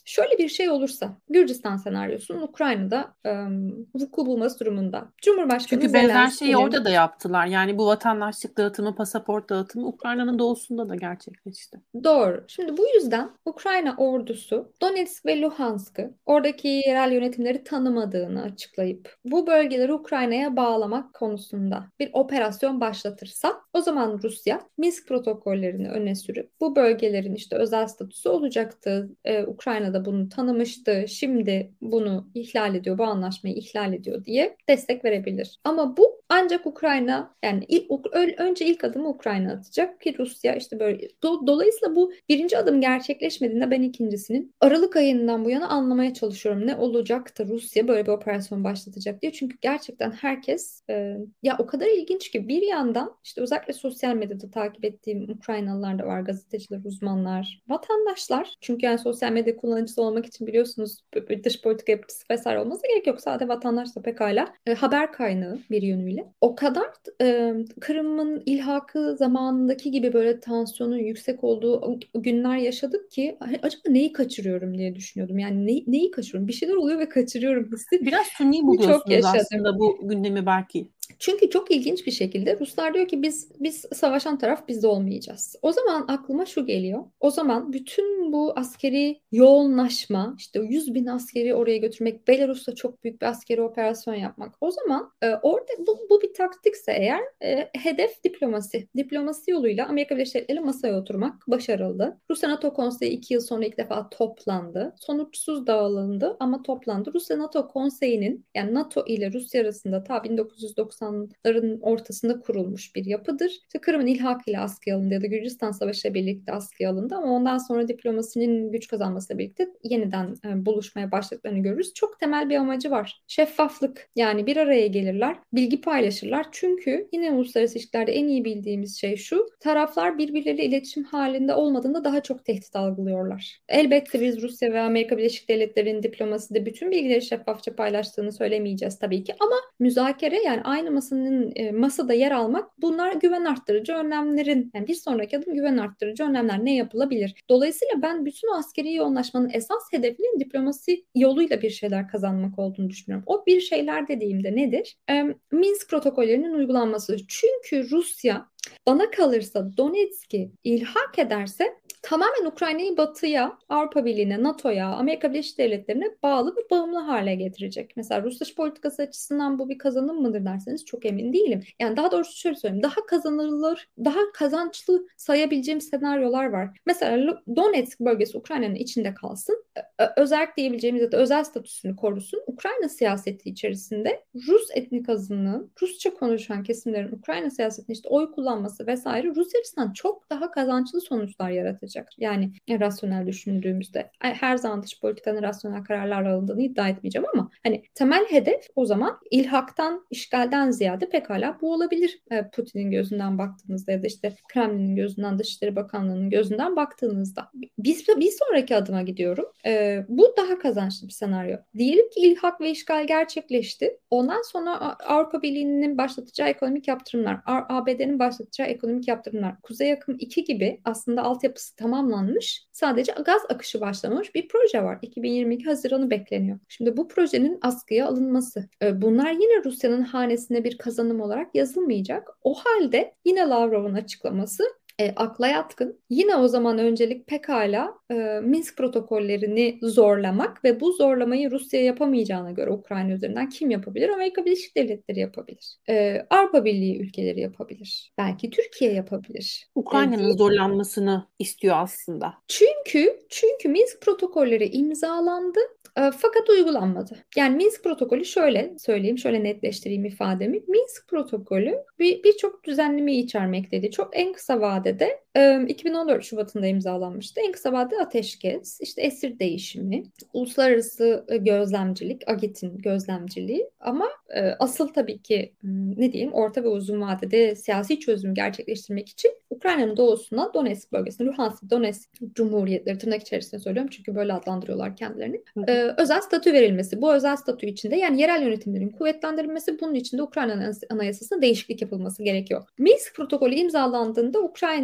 şöyle bir şey olursa, Gürcistan senaryosunun Ukrayna'da e, vuku bulması durumunda Cumhurbaşkanı Çünkü benzer şeyi Zelenski'nin orada da yaptılar. Yani bu vatandaşlık dağıtımı, pasaport dağıtımı Ukrayna'nın doğusunda da gerçekleşti. doğru. Şimdi bu yüzden Ukrayna ordusu Donetsk ve Luhansk'ı oradaki yerel yönetimleri tanımadığını açıklayıp bu bölgeleri Ukrayna'ya bağlamak konusunda bir operasyon başlatırsa o zaman Rusya Minsk protokollerini öne sürüp bu bölgelerin işte özel statüsü olacaktı. Ee, Ukrayna'da bunu tanımıştı. Şimdi bunu ihlal ediyor, bu anlaşmayı ihlal ediyor diye destek verebilir. Ama bu ancak Ukrayna yani ilk, önce ilk adımı Ukrayna atacak ki Rusya işte böyle do, dolayısıyla bu birinci adım gerçekleşmediğinde ben ikincisinin Aralık ayından bu yana anlamaya çalışıyorum. Ne olacak da Rusya böyle bir operasyon başlatacak diye. Çünkü gerçekten herkes e, ya o kadar ilginç ki bir yandan işte özellikle sosyal medyada takip ettiğim Ukraynalılar da var, gazeteciler, uzmanlar, vatandaşlar. Çünkü yani sosyal medya kullanıcısı olmak için biliyorsunuz bir dış politika yapıcısı vesaire olması gerek yok. Sadece vatandaş da pekala e, haber kaynağı bir yönüyle. O kadar e, Kırım'ın ilhakı zamanındaki gibi böyle tansiyonun yüksek olduğu günler yaşadık ki acaba neyi kaçırıyorum diye düşünüyordum. Yani ne, neyi kaçırıyorum? Bir şeyler oluyor ve kaçırıyorum hissi. Biraz suni Çok buluyorsunuz yaşadım. aslında bu gündemi belki. Çünkü çok ilginç bir şekilde Ruslar diyor ki biz biz savaşan taraf biz de olmayacağız. O zaman aklıma şu geliyor. O zaman bütün bu askeri yoğunlaşma, işte yüz bin askeri oraya götürmek, Belarus'ta çok büyük bir askeri operasyon yapmak. O zaman e, orada bu, bu bir taktikse eğer e, hedef diplomasi. Diplomasi yoluyla Amerika Birleşik Devletleri masaya oturmak başarıldı. Rusya NATO Konseyi iki yıl sonra ilk defa toplandı. Sonuçsuz dağılındı ama toplandı. Rusya NATO Konseyi'nin yani NATO ile Rusya arasında ta bin dokuz yüz doksanların ortasında kurulmuş bir yapıdır. İşte Kırım'ın ilhakıyla askıya alındı ya da Gürcistan Savaşı ile birlikte askıya alındı ama ondan sonra diplomasinin güç kazanmasıyla birlikte yeniden e, buluşmaya başladıklarını görürüz. Çok temel bir amacı var. Şeffaflık. Yani bir araya gelirler, bilgi paylaşırlar. Çünkü yine uluslararası ilişkilerde en iyi bildiğimiz şey şu. Taraflar birbirleriyle iletişim halinde olmadığında daha çok tehdit algılıyorlar. Elbette biz Rusya ve Amerika Birleşik Devletleri'nin diplomaside bütün bilgileri şeffafça paylaştığını söylemeyeceğiz tabii ki ama müzakere yani aynı masanın e, masada yer almak bunlar güven arttırıcı önlemlerin yani bir sonraki adım güven arttırıcı önlemler ne yapılabilir? Dolayısıyla ben bütün o askeri yoğunlaşmanın esas hedefinin diplomasi yoluyla bir şeyler kazanmak olduğunu düşünüyorum. O bir şeyler dediğimde nedir? E, Minsk protokollerinin uygulanması. Çünkü Rusya bana kalırsa Donetsk'i ilhak ederse tamamen Ukrayna'yı Batı'ya, Avrupa Birliği'ne, NATO'ya, Amerika Birleşik Devletleri'ne bağlı ve bağımlı hale getirecek. Mesela Rus dış politikası açısından bu bir kazanım mıdır derseniz çok emin değilim. Yani daha doğrusu şöyle söyleyeyim. Daha kazanılır, daha kazançlı sayabileceğim senaryolar var. Mesela Donetsk bölgesi Ukrayna'nın içinde kalsın. Özerk diyebileceğimiz ya da özel statüsünü korusun. Ukrayna siyaseti içerisinde Rus etnik azınlığın, Rusça konuşan kesimlerin Ukrayna siyasetinde işte oy kullanması vesaire Rusya açısından çok daha kazançlı sonuçlar yaratacak. Yani rasyonel düşündüğümüzde her zaman dış politikanın rasyonel kararlar alındığını iddia etmeyeceğim ama hani temel hedef o zaman ilhaktan, işgalden ziyade pekala bu olabilir. Putin'in gözünden baktığınızda ya da işte Kremlin'in gözünden, Dışişleri Bakanlığı'nın gözünden baktığınızda. Biz bir sonraki adıma gidiyorum. Ee, bu daha kazançlı bir senaryo. Diyelim ki ilhak ve işgal gerçekleşti. Ondan sonra Avrupa Birliği'nin başlatacağı ekonomik yaptırımlar, A B D'nin başlatacağı ekonomik yaptırımlar, Kuzey Akım iki gibi aslında altyapısı tamamlanmış. Sadece gaz akışı başlamış bir proje var. iki bin yirmi iki Haziran'ı bekleniyor. Şimdi bu projenin askıya alınması. Bunlar yine Rusya'nın hanesine bir kazanım olarak yazılmayacak. O halde yine Lavrov'un açıklaması E, akla yatkın. Yine o zaman öncelik pekala e, Minsk protokollerini zorlamak ve bu zorlamayı Rusya yapamayacağına göre Ukrayna üzerinden kim yapabilir? Amerika Birleşik Devletleri yapabilir. E, Avrupa Birliği ülkeleri yapabilir. Belki Türkiye yapabilir. Ukrayna'nın E, zorlanmasını istiyor aslında. çünkü çünkü Minsk protokolleri imzalandı e, fakat uygulanmadı. Yani Minsk protokolü şöyle söyleyeyim, şöyle netleştireyim ifademi. Minsk protokolü bir birçok düzenlemeyi içermekteydi. Çok en kısa vadede e, iki bin on dört Şubat'ında imzalanmıştı. En kısa vadede ateşkes, işte esir değişimi, uluslararası gözlemcilik, AGİT'in gözlemciliği ama e, asıl tabii ki ne diyeyim orta ve uzun vadede siyasi çözüm gerçekleştirmek için Ukrayna'nın doğusuna Donetsk bölgesine, Luhansk, Donetsk Cumhuriyetleri tırnak içerisinde söylüyorum çünkü böyle adlandırıyorlar kendilerini. Ee, özel statü verilmesi. Bu özel statü içinde yani yerel yönetimlerin kuvvetlendirilmesi bunun içinde Ukrayna'nın anayasasına değişiklik yapılması gerekiyor. Minsk protokolü imzalandığında Ukrayna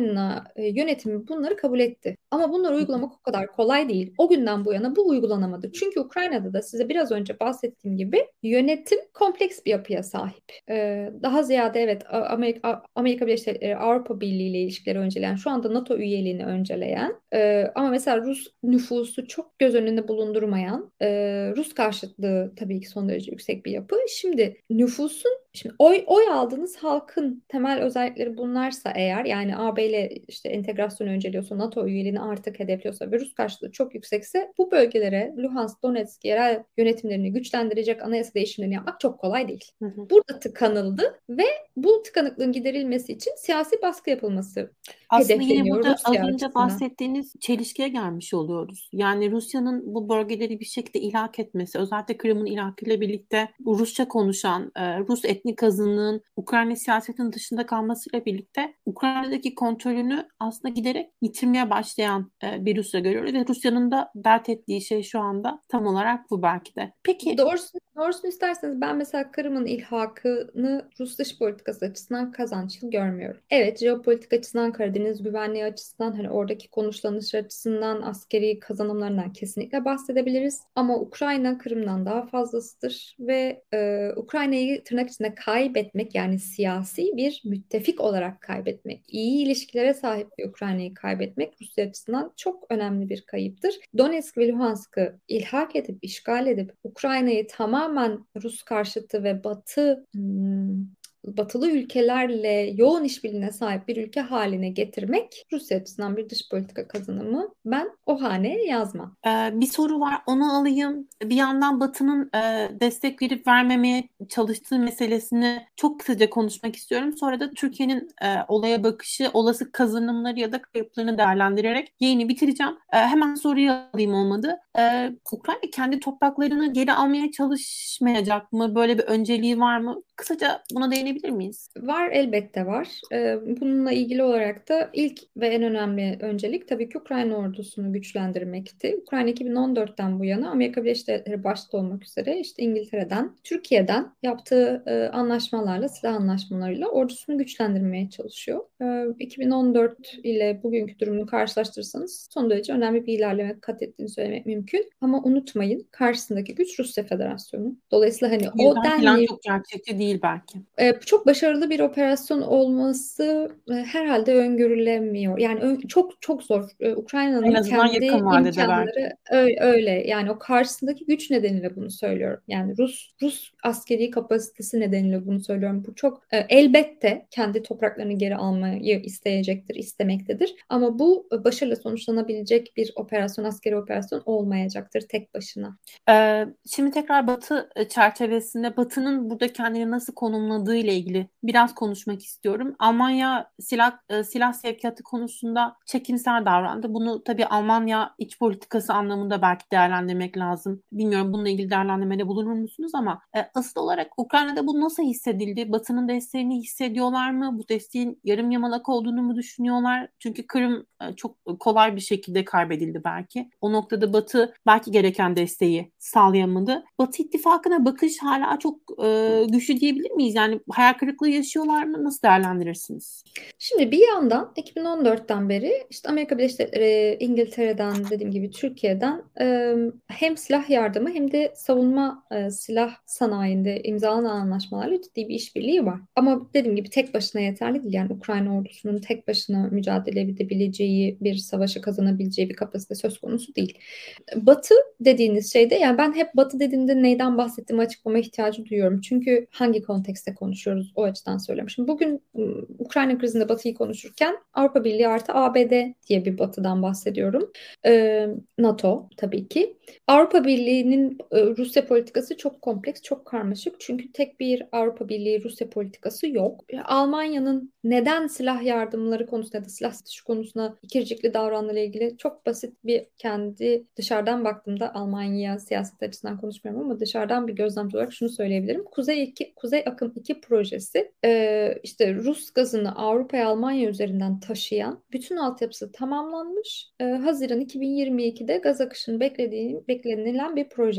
Ukrayna e, yönetimi bunları kabul etti. Ama bunları uygulamak o kadar kolay değil. O günden bu yana bu uygulanamadı. Çünkü Ukrayna'da da size biraz önce bahsettiğim gibi yönetim kompleks bir yapıya sahip. Ee, daha ziyade evet Amerika, Amerika Birleşik Devletleri Avrupa Birliği ile ilişkileri önceleyen, şu anda NATO üyeliğini önceleyen e, ama mesela Rus nüfusu çok göz önünde bulundurmayan, e, Rus karşıtlığı tabii ki son derece yüksek bir yapı. Şimdi nüfusun, şimdi oy oy aldığınız halkın temel özellikleri bunlarsa eğer, yani A B ile işte entegrasyonu önceliyorsa, NATO üyeliğini artık hedefliyorsa ve Rus karşıtlığı çok yüksekse, bu bölgelere Luhansk, Donetsk yerel yönetimlerini güçlendirecek anayasa değişimlerini yapmak çok kolay değil. Hı hı. Burada tıkanıldı ve bu tıkanıklığın giderilmesi için siyasi baskı yapılması Aslında yine hedefleniyor burada az Rusya önce açısından. bahsettiğiniz çelişkiye gelmiş oluyoruz. Yani Rusya'nın bu bölgeleri bir şekilde ilhak etmesi, özellikle Kırım'ın ilhakıyla birlikte bu Rusça konuşan e, Rus etnik azınlığın Ukrayna siyasetinin dışında kalmasıyla birlikte Ukrayna'daki kontrolünü aslında giderek yitirmeye başlayan e, bir Rusya görüyoruz ve Rusya'nın da dert ettiği şey şu anda tam olarak bu belki de. Peki. Doğrusunu, doğrusunu isterseniz ben mesela Kırım'ın ilhakını Rus dış politikası açısından kazançlı görmüyorum. Evet, jeopolitik açısından, Karadeniz güvenliği açısından, hani oradaki konuşlanış açısından, askeri kazanımlarından kesinlikle bahsedebiliriz. Ama Ukrayna Kırım'dan daha fazlasıdır ve e, Ukrayna'yı tırnak içinde kaybetmek, yani siyasi bir müttefik olarak kaybetmek, iyi ilişkilere sahip bir Ukrayna'yı kaybetmek Rusya açısından çok önemli bir kayıptır. Donetsk ve Luhansk'ı ilhak edip, işgal edip Ukrayna'yı tamamen Rus karşıtı ve Batı hmm, batılı ülkelerle yoğun işbirliğine sahip bir ülke haline getirmek Rusya açısından bir dış politika kazanımı ben o haneye yazmam. Ee, bir soru var, onu alayım. Bir yandan Batı'nın e, destek verip vermemeye çalıştığı meselesini çok kısaca konuşmak istiyorum. Sonra da Türkiye'nin e, olaya bakışı, olası kazanımları ya da kayıplarını değerlendirerek yayını bitireceğim. E, hemen soruyu alayım olmadı. E, Ukrayna kendi topraklarını geri almaya çalışmayacak mı? Böyle bir önceliği var mı? Kısaca buna değinebilir miyiz? Var, elbette var. Ee, bununla ilgili olarak da ilk ve en önemli öncelik tabii ki Ukrayna ordusunu güçlendirmekti. Ukrayna iki bin on dörtten bu yana Amerika Birleşik Devletleri başta olmak üzere işte İngiltere'den, Türkiye'den yaptığı e, anlaşmalarla, silah anlaşmalarıyla ordusunu güçlendirmeye çalışıyor. Ee, iki bin on dört ile bugünkü durumunu karşılaştırırsanız son derece önemli bir ilerleme kat ettiğini söylemek mümkün. Ama unutmayın, karşısındaki güç Rusya Federasyonu. Dolayısıyla hani o Yüzden falan denli çok gerçekçi değil belki. e, çok başarılı bir operasyon olması e, herhalde öngörülemiyor. Yani ö- çok çok zor. E, En Ukrayna'nın azından kendi yakın vadede belki. imkanları öyle, öyle. Yani o karşısındaki güç nedeniyle bunu söylüyorum. Yani Rus Rus askeri kapasitesi nedeniyle bunu söylüyorum. Bu çok e, elbette kendi topraklarını geri almayı isteyecektir, istemektedir. Ama bu e, başarıyla sonuçlanabilecek bir operasyon, askeri operasyon olmayacaktır tek başına. Ee, şimdi tekrar Batı e, çerçevesinde Batı'nın burada kendini nasıl konumladığı ile ilgili biraz konuşmak istiyorum. Almanya silah e, silah sevkiyatı konusunda çekimser davrandı. Bunu tabii Almanya iç politikası anlamında belki değerlendirmek lazım. Bilmiyorum, bununla ilgili değerlendirmede bulunur musunuz ama e, asıl olarak Ukrayna'da bu nasıl hissedildi? Batı'nın desteğini hissediyorlar mı? Bu desteğin yarım yamalak olduğunu mu düşünüyorlar? Çünkü Kırım e, çok kolay bir şekilde kaybedildi belki. O noktada Batı belki gereken desteği sağlayamadı. Batı ittifakına bakış hala çok e, güçlü diyebilir miyiz? Yani hayal kırıklığı yaşıyorlar mı? Nasıl değerlendirirsiniz? Şimdi bir yandan iki bin on dörtten beri işte Amerika Birleşik Devletleri, İngiltere'den, dediğim gibi Türkiye'den e, hem silah yardımı hem de savunma e, silah sanayinde imzalanan anlaşmalarla ciddi bir işbirliği var. Ama dediğim gibi tek başına yeterli değil. Yani Ukrayna ordusunun tek başına mücadele edebileceği, bir savaşı kazanabileceği bir kapasite söz konusu değil. Batı dediğiniz şeyde, yani ben hep Batı dediğimde neyden bahsettiğimi açıklama ihtiyacı duyuyorum. Çünkü hangi kontekste konuşuyoruz, o açıdan söylüyorum. Şimdi bugün ım, Ukrayna krizinde Batı'yı konuşurken Avrupa Birliği artı A B D diye bir Batı'dan bahsediyorum. Ee, NATO tabii ki. Avrupa Birliği'nin e, Rusya politikası çok kompleks, çok karmaşık. Çünkü tek bir Avrupa Birliği Rusya politikası yok. Almanya'nın neden silah yardımları konusunda ya da silah satışı konusunda ikircikli davrandığı ilgili çok basit bir, kendi dışarıdan baktığımda, Almanya siyaset açısından konuşmuyorum ama dışarıdan bir gözlemci olarak şunu söyleyebilirim. Kuzey iki, Kuzey Akım iki projesi e, işte Rus gazını Avrupa'ya Almanya üzerinden taşıyan, bütün altyapısı tamamlanmış. E, Haziran iki bin yirmi ikide gaz akışının beklediği, beklenilen bir proje.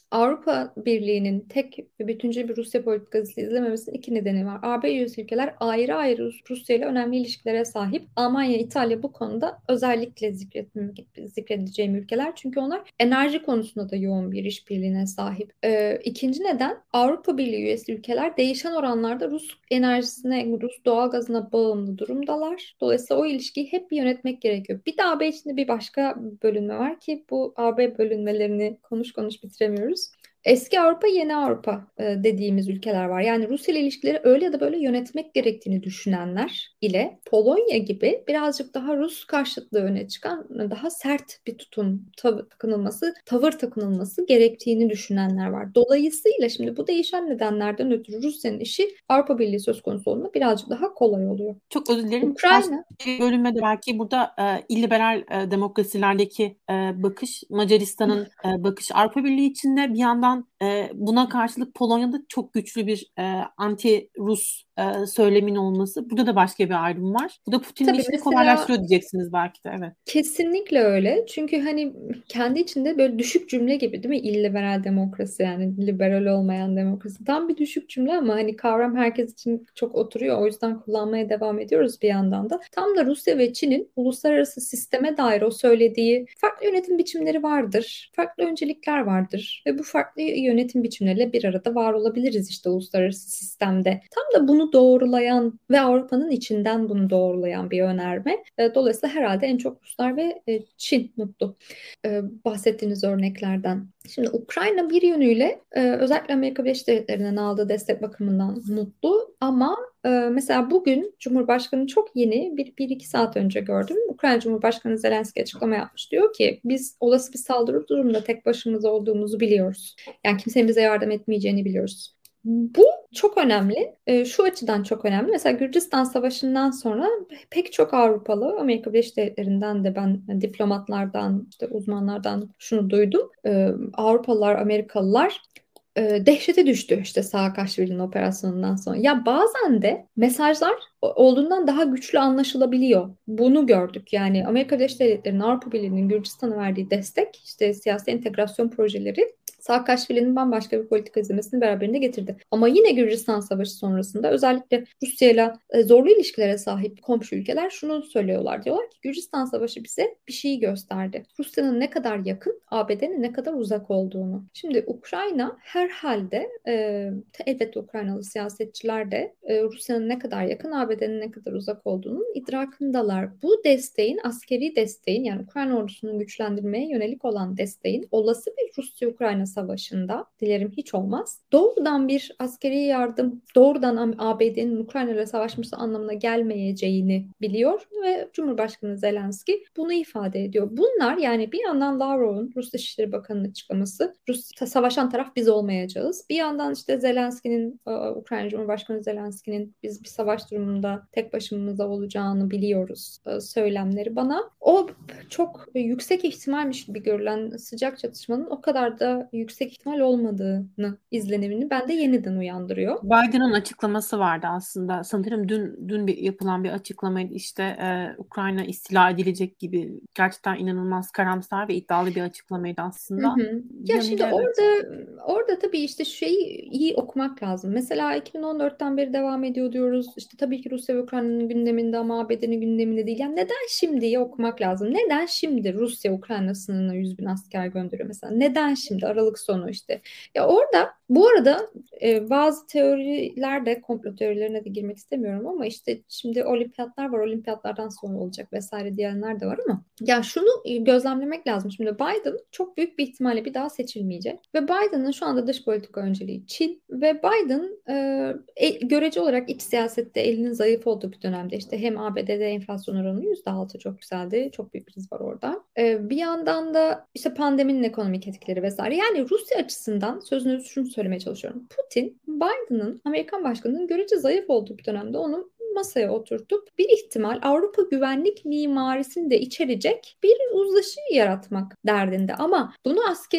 Avrupa Birliği'nin tek ve bütüncül bir Rusya politikası izlememesinin iki nedeni var. A B üyesi ülkeler ayrı ayrı Rus- Rusya ile önemli ilişkilere sahip. Almanya, İtalya bu konuda özellikle zikretmem, zikredeceğim ülkeler. Çünkü onlar enerji konusunda da yoğun bir işbirliğine sahip. Ee, ikinci neden, Avrupa Birliği üyesi ülkeler değişen oranlarda Rus enerjisine, Rus doğalgazına bağımlı durumdalar. Dolayısıyla o ilişkiyi hep bir yönetmek gerekiyor. Bir de A B içinde bir başka bölünme var ki bu A B bölünmelerini konuş konuş bitiremiyoruz. Eski Avrupa, yeni Avrupa e, dediğimiz ülkeler var. Yani Rusya ile ilişkileri öyle ya da böyle yönetmek gerektiğini düşünenler ile Polonya gibi birazcık daha Rus karşıtlığı öne çıkan, daha sert bir tutum tav- takınılması, tavır takınılması gerektiğini düşünenler var. Dolayısıyla şimdi bu değişen nedenlerden ötürü Rusya'nın işi Avrupa Birliği söz konusu olduğunda birazcık daha kolay oluyor. Çok özür dilerim. Başka Ukrayna. bir bölünmede belki burada e, illiberal e, demokrasilerdeki e, bakış, Macaristan'ın e, bakışı Avrupa Birliği içinde, bir yandan e, buna karşılık Polonya'da çok güçlü bir e, anti-Rus e, söylemin olması. Burada da başka bir ayrım var. Bu da Putin'in Tabii işini mesela kolaylaştırıyor diyeceksiniz belki de. Evet. kesinlikle öyle. Çünkü hani kendi içinde böyle düşük cümle gibi değil mi? İlliberal demokrasi, yani liberal olmayan demokrasi. Tam bir düşük cümle ama hani kavram herkes için çok oturuyor. O yüzden kullanmaya devam ediyoruz bir yandan da. Tam da Rusya ve Çin'in uluslararası sisteme dair o söylediği farklı yönetim biçimleri vardır. Farklı öncelikler vardır. Ve bu farklı yönetim biçimleriyle bir arada var olabiliriz işte uluslararası sistemde. Tam da bunu doğrulayan ve Avrupa'nın içinden bunu doğrulayan bir önerme. E, Dolayısıyla herhalde en çok Ruslar ve e, Çin mutlu e, bahsettiğiniz örneklerden. Şimdi Ukrayna bir yönüyle e, özellikle Amerika Birleşik Devletleri'nden aldığı destek bakımından mutlu ama e, mesela bugün Cumhurbaşkanı çok yeni bir, bir iki saat önce gördüm. Ukrayna Cumhurbaşkanı Zelenski açıklama yapmış. Diyor ki biz olası bir saldırı durumunda tek başımıza olduğumuzu biliyoruz. Yani kimsenin bize yardım etmeyeceğini biliyoruz. Bu çok önemli. E, şu açıdan çok önemli. Mesela Gürcistan Savaşı'ndan sonra pek çok Avrupalı, Amerika Birleşik Devletleri'nden de ben yani diplomatlardan, işte uzmanlardan şunu duydum. E, Avrupalılar, Amerikalılar e, dehşete düştü işte Saakashvili'nin operasyonundan sonra. Ya bazen de mesajlar olduğundan daha güçlü anlaşılabiliyor. Bunu gördük. Yani Amerika Birleşik Devletleri'nin, Avrupa Birliği'nin Gürcistan'a verdiği destek, işte siyasi entegrasyon projeleri Saakashvili'nin bambaşka bir politika izlemesini beraberinde getirdi. Ama yine Gürcistan Savaşı sonrasında özellikle Rusya'yla e, zorlu ilişkilere sahip komşu ülkeler şunu söylüyorlar. Diyorlar ki Gürcistan Savaşı bize bir şeyi gösterdi. Rusya'nın ne kadar yakın, A B D'nin ne kadar uzak olduğunu. Şimdi Ukrayna herhalde e, elbette Ukraynalı siyasetçiler de e, Rusya'nın ne kadar yakın, A B D'nin ne kadar uzak olduğunun idrakındalar. Bu desteğin, askeri desteğin, yani Ukrayna ordusunun güçlendirmeye yönelik olan desteğin olası bir Rusya-Ukrayna savaşında, dilerim hiç olmaz, doğrudan bir askeri yardım, doğrudan A B D'nin Ukrayna ile savaşması anlamına gelmeyeceğini biliyor ve Cumhurbaşkanı Zelenski bunu ifade ediyor. Bunlar, yani bir yandan Lavrov'un, Rus Dışişleri Bakanı'nın açıklaması, Rus savaşan taraf biz olmayacağız. Bir yandan işte Zelenski'nin, Ukrayna Cumhurbaşkanı Zelenski'nin biz bir savaş durumunda tek başımıza olacağını biliyoruz söylemleri bana o çok yüksek ihtimalmiş gibi görülen sıcak çatışmanın o kadar da yüksek ihtimal olmadığını izlenimini bende yeniden uyandırıyor. Biden'ın açıklaması vardı aslında. Sanırım dün dün bir yapılan bir açıklamaydı. İşte e, Ukrayna istila edilecek gibi, gerçekten inanılmaz karamsar ve iddialı bir açıklamaydı Hı aslında. hı. Ya şimdi Yönüyle evet. orada orada tabii işte şeyi iyi okumak lazım. Mesela iki bin on dörtten beri devam ediyor diyoruz. İşte tabii ki Rusya ve Ukrayna'nın gündeminde ama A B D'nin gündeminde değil. Yani neden şimdiyi okumak lazım? Neden şimdi Rusya Ukrayna sınırına yüz bin asker gönderiyor mesela? Neden şimdi Aralık sonu işte? Ya orada bu arada e, bazı teorilerde, komplo teorilerine de girmek istemiyorum ama işte şimdi olimpiyatlar var, olimpiyatlardan sonra olacak vesaire diyenler de var ama ya şunu e, gözlemlemek lazım. Şimdi Biden çok büyük bir ihtimalle bir daha seçilmeyecek ve Biden'ın şu anda dış politika önceliği Çin ve Biden e, e, görece olarak iç siyasette elinin zayıf olduğu bir dönemde işte hem A B D'de enflasyon oranı yüzde altı çok yükseldi. Çok büyük bir risk var orada. E, bir yandan da işte pandeminin ekonomik etkileri vesaire. Yani Rusya açısından sözünü şunu söylemeye çalışıyorum. Putin, Biden'ın, Amerikan başkanının görece zayıf olduğu bir dönemde onu masaya oturtup bir ihtimal Avrupa güvenlik mimarisini de içerecek bir uzlaşı yaratmak derdinde. Ama bunu askeri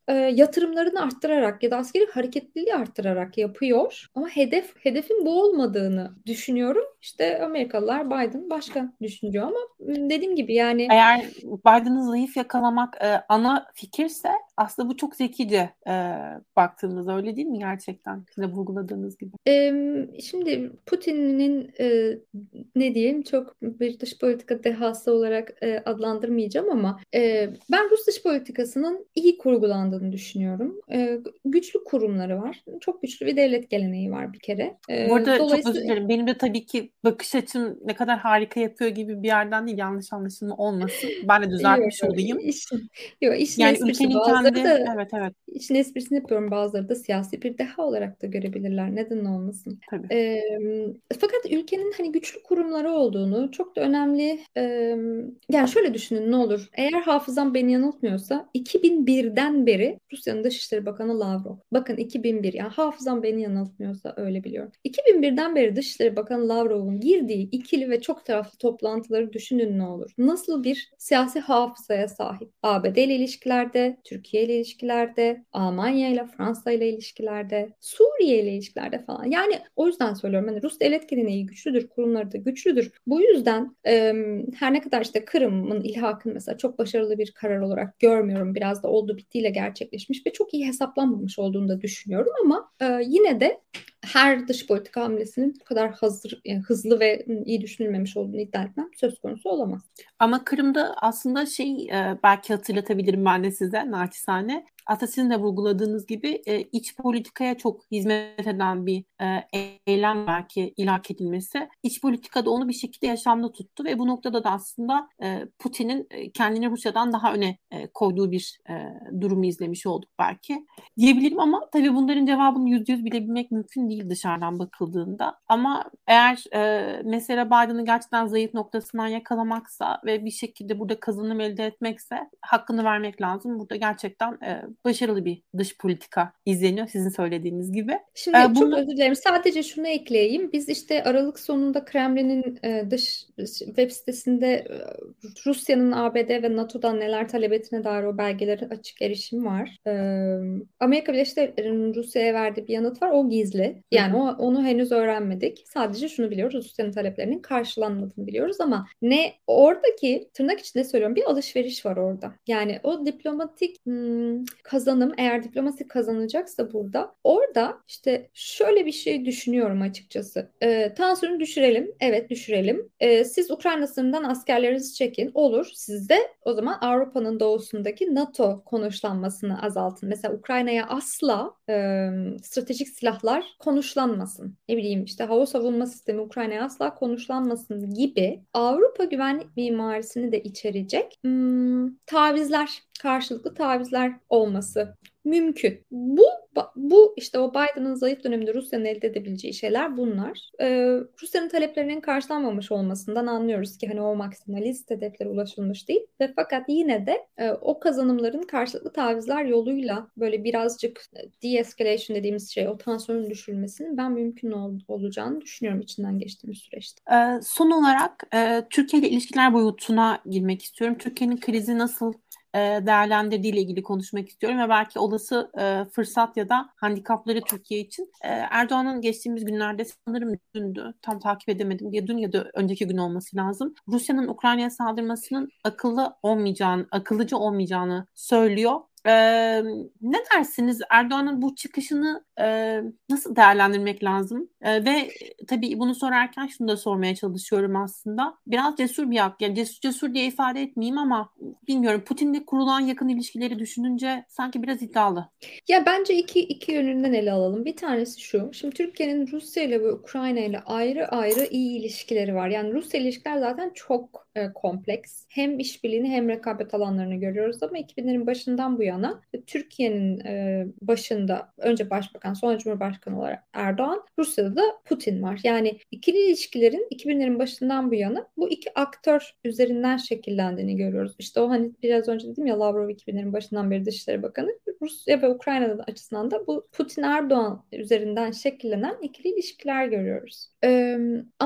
e, yatırımlarını arttırarak ya da askeri hareketliliği arttırarak yapıyor. Ama hedef hedefin bu olmadığını düşünüyorum. İşte Amerikalılar Biden başka düşünüyor ama m, dediğim gibi yani Eğer Biden'ı zayıf yakalamak e, ana fikirse aslında bu çok zekice e, baktığımızda, öyle değil mi gerçekten? Size vurguladığınız gibi. e, şimdi Putin'in e, ne diyeyim çok bir dış politika dehası olarak e, adlandırmayacağım ama e, ben Rus dış politikasının iyi kurgulandığını düşünüyorum. E, güçlü kurumları var. Çok güçlü bir devlet geleneği var bir kere. Bu E, arada çok özür dolayısıyla dilerim. Benim de tabii ki bakış açım ne kadar harika yapıyor gibi bir yerden değil, yanlış anlaşılma olmasın. Ben de yok, düzeltmiş olayım. işin, yok, işin Yani esprisi ülkenin bazıları kendi, da evet evet, işin esprisini yapıyorum, bazıları da siyasi bir deha olarak da görebilirler. Neden olmasın? tabii. Ee, fakat ülkenin hani güçlü kurumları olduğunu çok da önemli. e, yani şöyle düşünün ne olur. Eğer hafızam beni yanıltmıyorsa iki bin birden beri Rusya'nın Dışişleri Bakanı Lavrov. Bakın iki bin bir, yani hafızam beni yanıltmıyorsa öyle biliyorum. iki bin birden beri Dışişleri Bakanı Lavrov'un girdiği ikili ve çok taraflı toplantıları düşünün ne olur. Nasıl bir siyasi hafızaya sahip? A B D ile ilişkilerde, Türkiye ile ilişkilerde, Almanya ile Fransa ile ilişkilerde, Suriye ile ilişkilerde falan. Yani o yüzden söylüyorum. Hani Rus devlet geleneği güçlüdür, kurumları da güçlüdür. Bu yüzden e, her ne kadar işte Kırım'ın ilhakını mesela çok başarılı bir karar olarak görmüyorum. Biraz da oldu bittiyle gerçekleşmiş ve çok iyi hesaplanmamış olduğunu da düşünüyorum ama e, yine de her dış politika hamlesinin bu kadar hazır, yani hızlı ve iyi düşünülmemiş olduğunu iddia etmem söz konusu olamaz. Ama Kırım'da aslında şey, e, belki hatırlatabilirim ben de size naçizane. Aslında sizin de vurguladığınız gibi e, iç politikaya çok hizmet eden bir e, eylem belki ilhak edilmesi. İç politikada onu bir şekilde yaşamda tuttu ve bu noktada da aslında e, Putin'in e, kendini Rusya'dan daha öne e, koyduğu bir e, durumu izlemiş olduk belki diyebilirim, ama tabii bunların cevabını yüzde yüz bilebilmek mümkün değil dışarıdan bakıldığında. Ama eğer e, mesela Biden'ı gerçekten zayıf noktasından yakalamaksa ve bir şekilde burada kazanım elde etmekse hakkını vermek lazım. Burada gerçekten e, başarılı bir dış politika izleniyor sizin söylediğiniz gibi. Şimdi E, çok bunu özür dilerim. Sadece şunu ekleyeyim. Biz işte Aralık sonunda Kremlin'in e, dış web sitesinde e, Rusya'nın A B D ve NATO'dan neler talep ettiğine dair o belgelere açık erişim var. E, Amerika Birleşik Devletleri'nin Rusya'ya verdiği bir yanıt var. O gizli. hı Yani hı. o, onu henüz öğrenmedik. Sadece şunu biliyoruz. Rusya'nın taleplerinin karşılanmadığını biliyoruz ama ne oradaki tırnak içinde söylüyorum bir alışveriş var orada. Yani o diplomatik hmm, kazanım, eğer diplomasi kazanacaksa burada orada işte şöyle bir şey düşünüyorum açıkçası. Ee, tansiyonu düşürelim. Evet, düşürelim. Ee, siz Ukrayna sınırından askerlerinizi çekin. Olur. Siz de o zaman Avrupa'nın doğusundaki NATO konuşlanmasını azaltın. Mesela Ukrayna'ya asla e, stratejik silahlar konuşlanmasın. Ne bileyim işte hava savunma sistemi Ukrayna'ya asla konuşlanmasın gibi Avrupa güvenlik mimarisini de içerecek hmm, tavizler, karşılıklı tavizler olması mümkün. Bu bu işte o Biden'ın zayıf döneminde Rusya'nın elde edebileceği şeyler bunlar. Ee, Rusya'nın taleplerinin karşılanmamış olmasından anlıyoruz ki hani o maksimalist hedeflere ulaşılmış değil ve fakat yine de e, o kazanımların karşılıklı tavizler yoluyla böyle birazcık de-escalation dediğimiz şey, o tansiyonun düşürülmesinin ben mümkün ol, olacağını düşünüyorum içinden geçtiğimiz süreçte. E, son olarak e, Türkiye ile ilişkiler boyutuna girmek istiyorum. Türkiye'nin krizi nasıl e, değerlendirdiği ile ilgili konuşmak istiyorum ve belki olası e, fırsat ya da handikapları Türkiye için. E, Erdoğan'ın geçtiğimiz günlerde, sanırım dündü, tam takip edemedim diye, dün ya da önceki gün olması lazım, Rusya'nın Ukrayna'ya saldırmasının akıllı olmayacağını, akıllıcı olmayacağını söylüyor. Ee, ne dersiniz? Erdoğan'ın bu çıkışını e, nasıl değerlendirmek lazım? Ee, ve tabii bunu sorarken şunu da sormaya çalışıyorum aslında. Biraz cesur bir hak. Yani cesur, cesur diye ifade etmeyeyim ama bilmiyorum. Putin'le kurulan yakın ilişkileri düşününce sanki biraz iddialı. Ya bence iki, iki yönünden ele alalım. Bir tanesi şu. Şimdi Türkiye'nin Rusya ile ve Ukrayna ile ayrı ayrı iyi ilişkileri var. Yani Rusya ilişkiler zaten çok e, kompleks. Hem işbirliğini hem rekabet alanlarını görüyoruz ama iki binlerin başından bu yana Türkiye'nin e, başında önce Başbakan sonra Cumhurbaşkanı olarak Erdoğan, Rusya'da da Putin var. Yani ikili ilişkilerin iki binlerin başından bu yana bu iki aktör üzerinden şekillendiğini görüyoruz. İşte o hani biraz önce dedim ya, Lavrov iki binlerin başından beri Dışişleri Bakanı. Rusya ve Ukrayna açısından da bu Putin-Erdoğan üzerinden şekillenen ikili ilişkiler görüyoruz. Ee, ama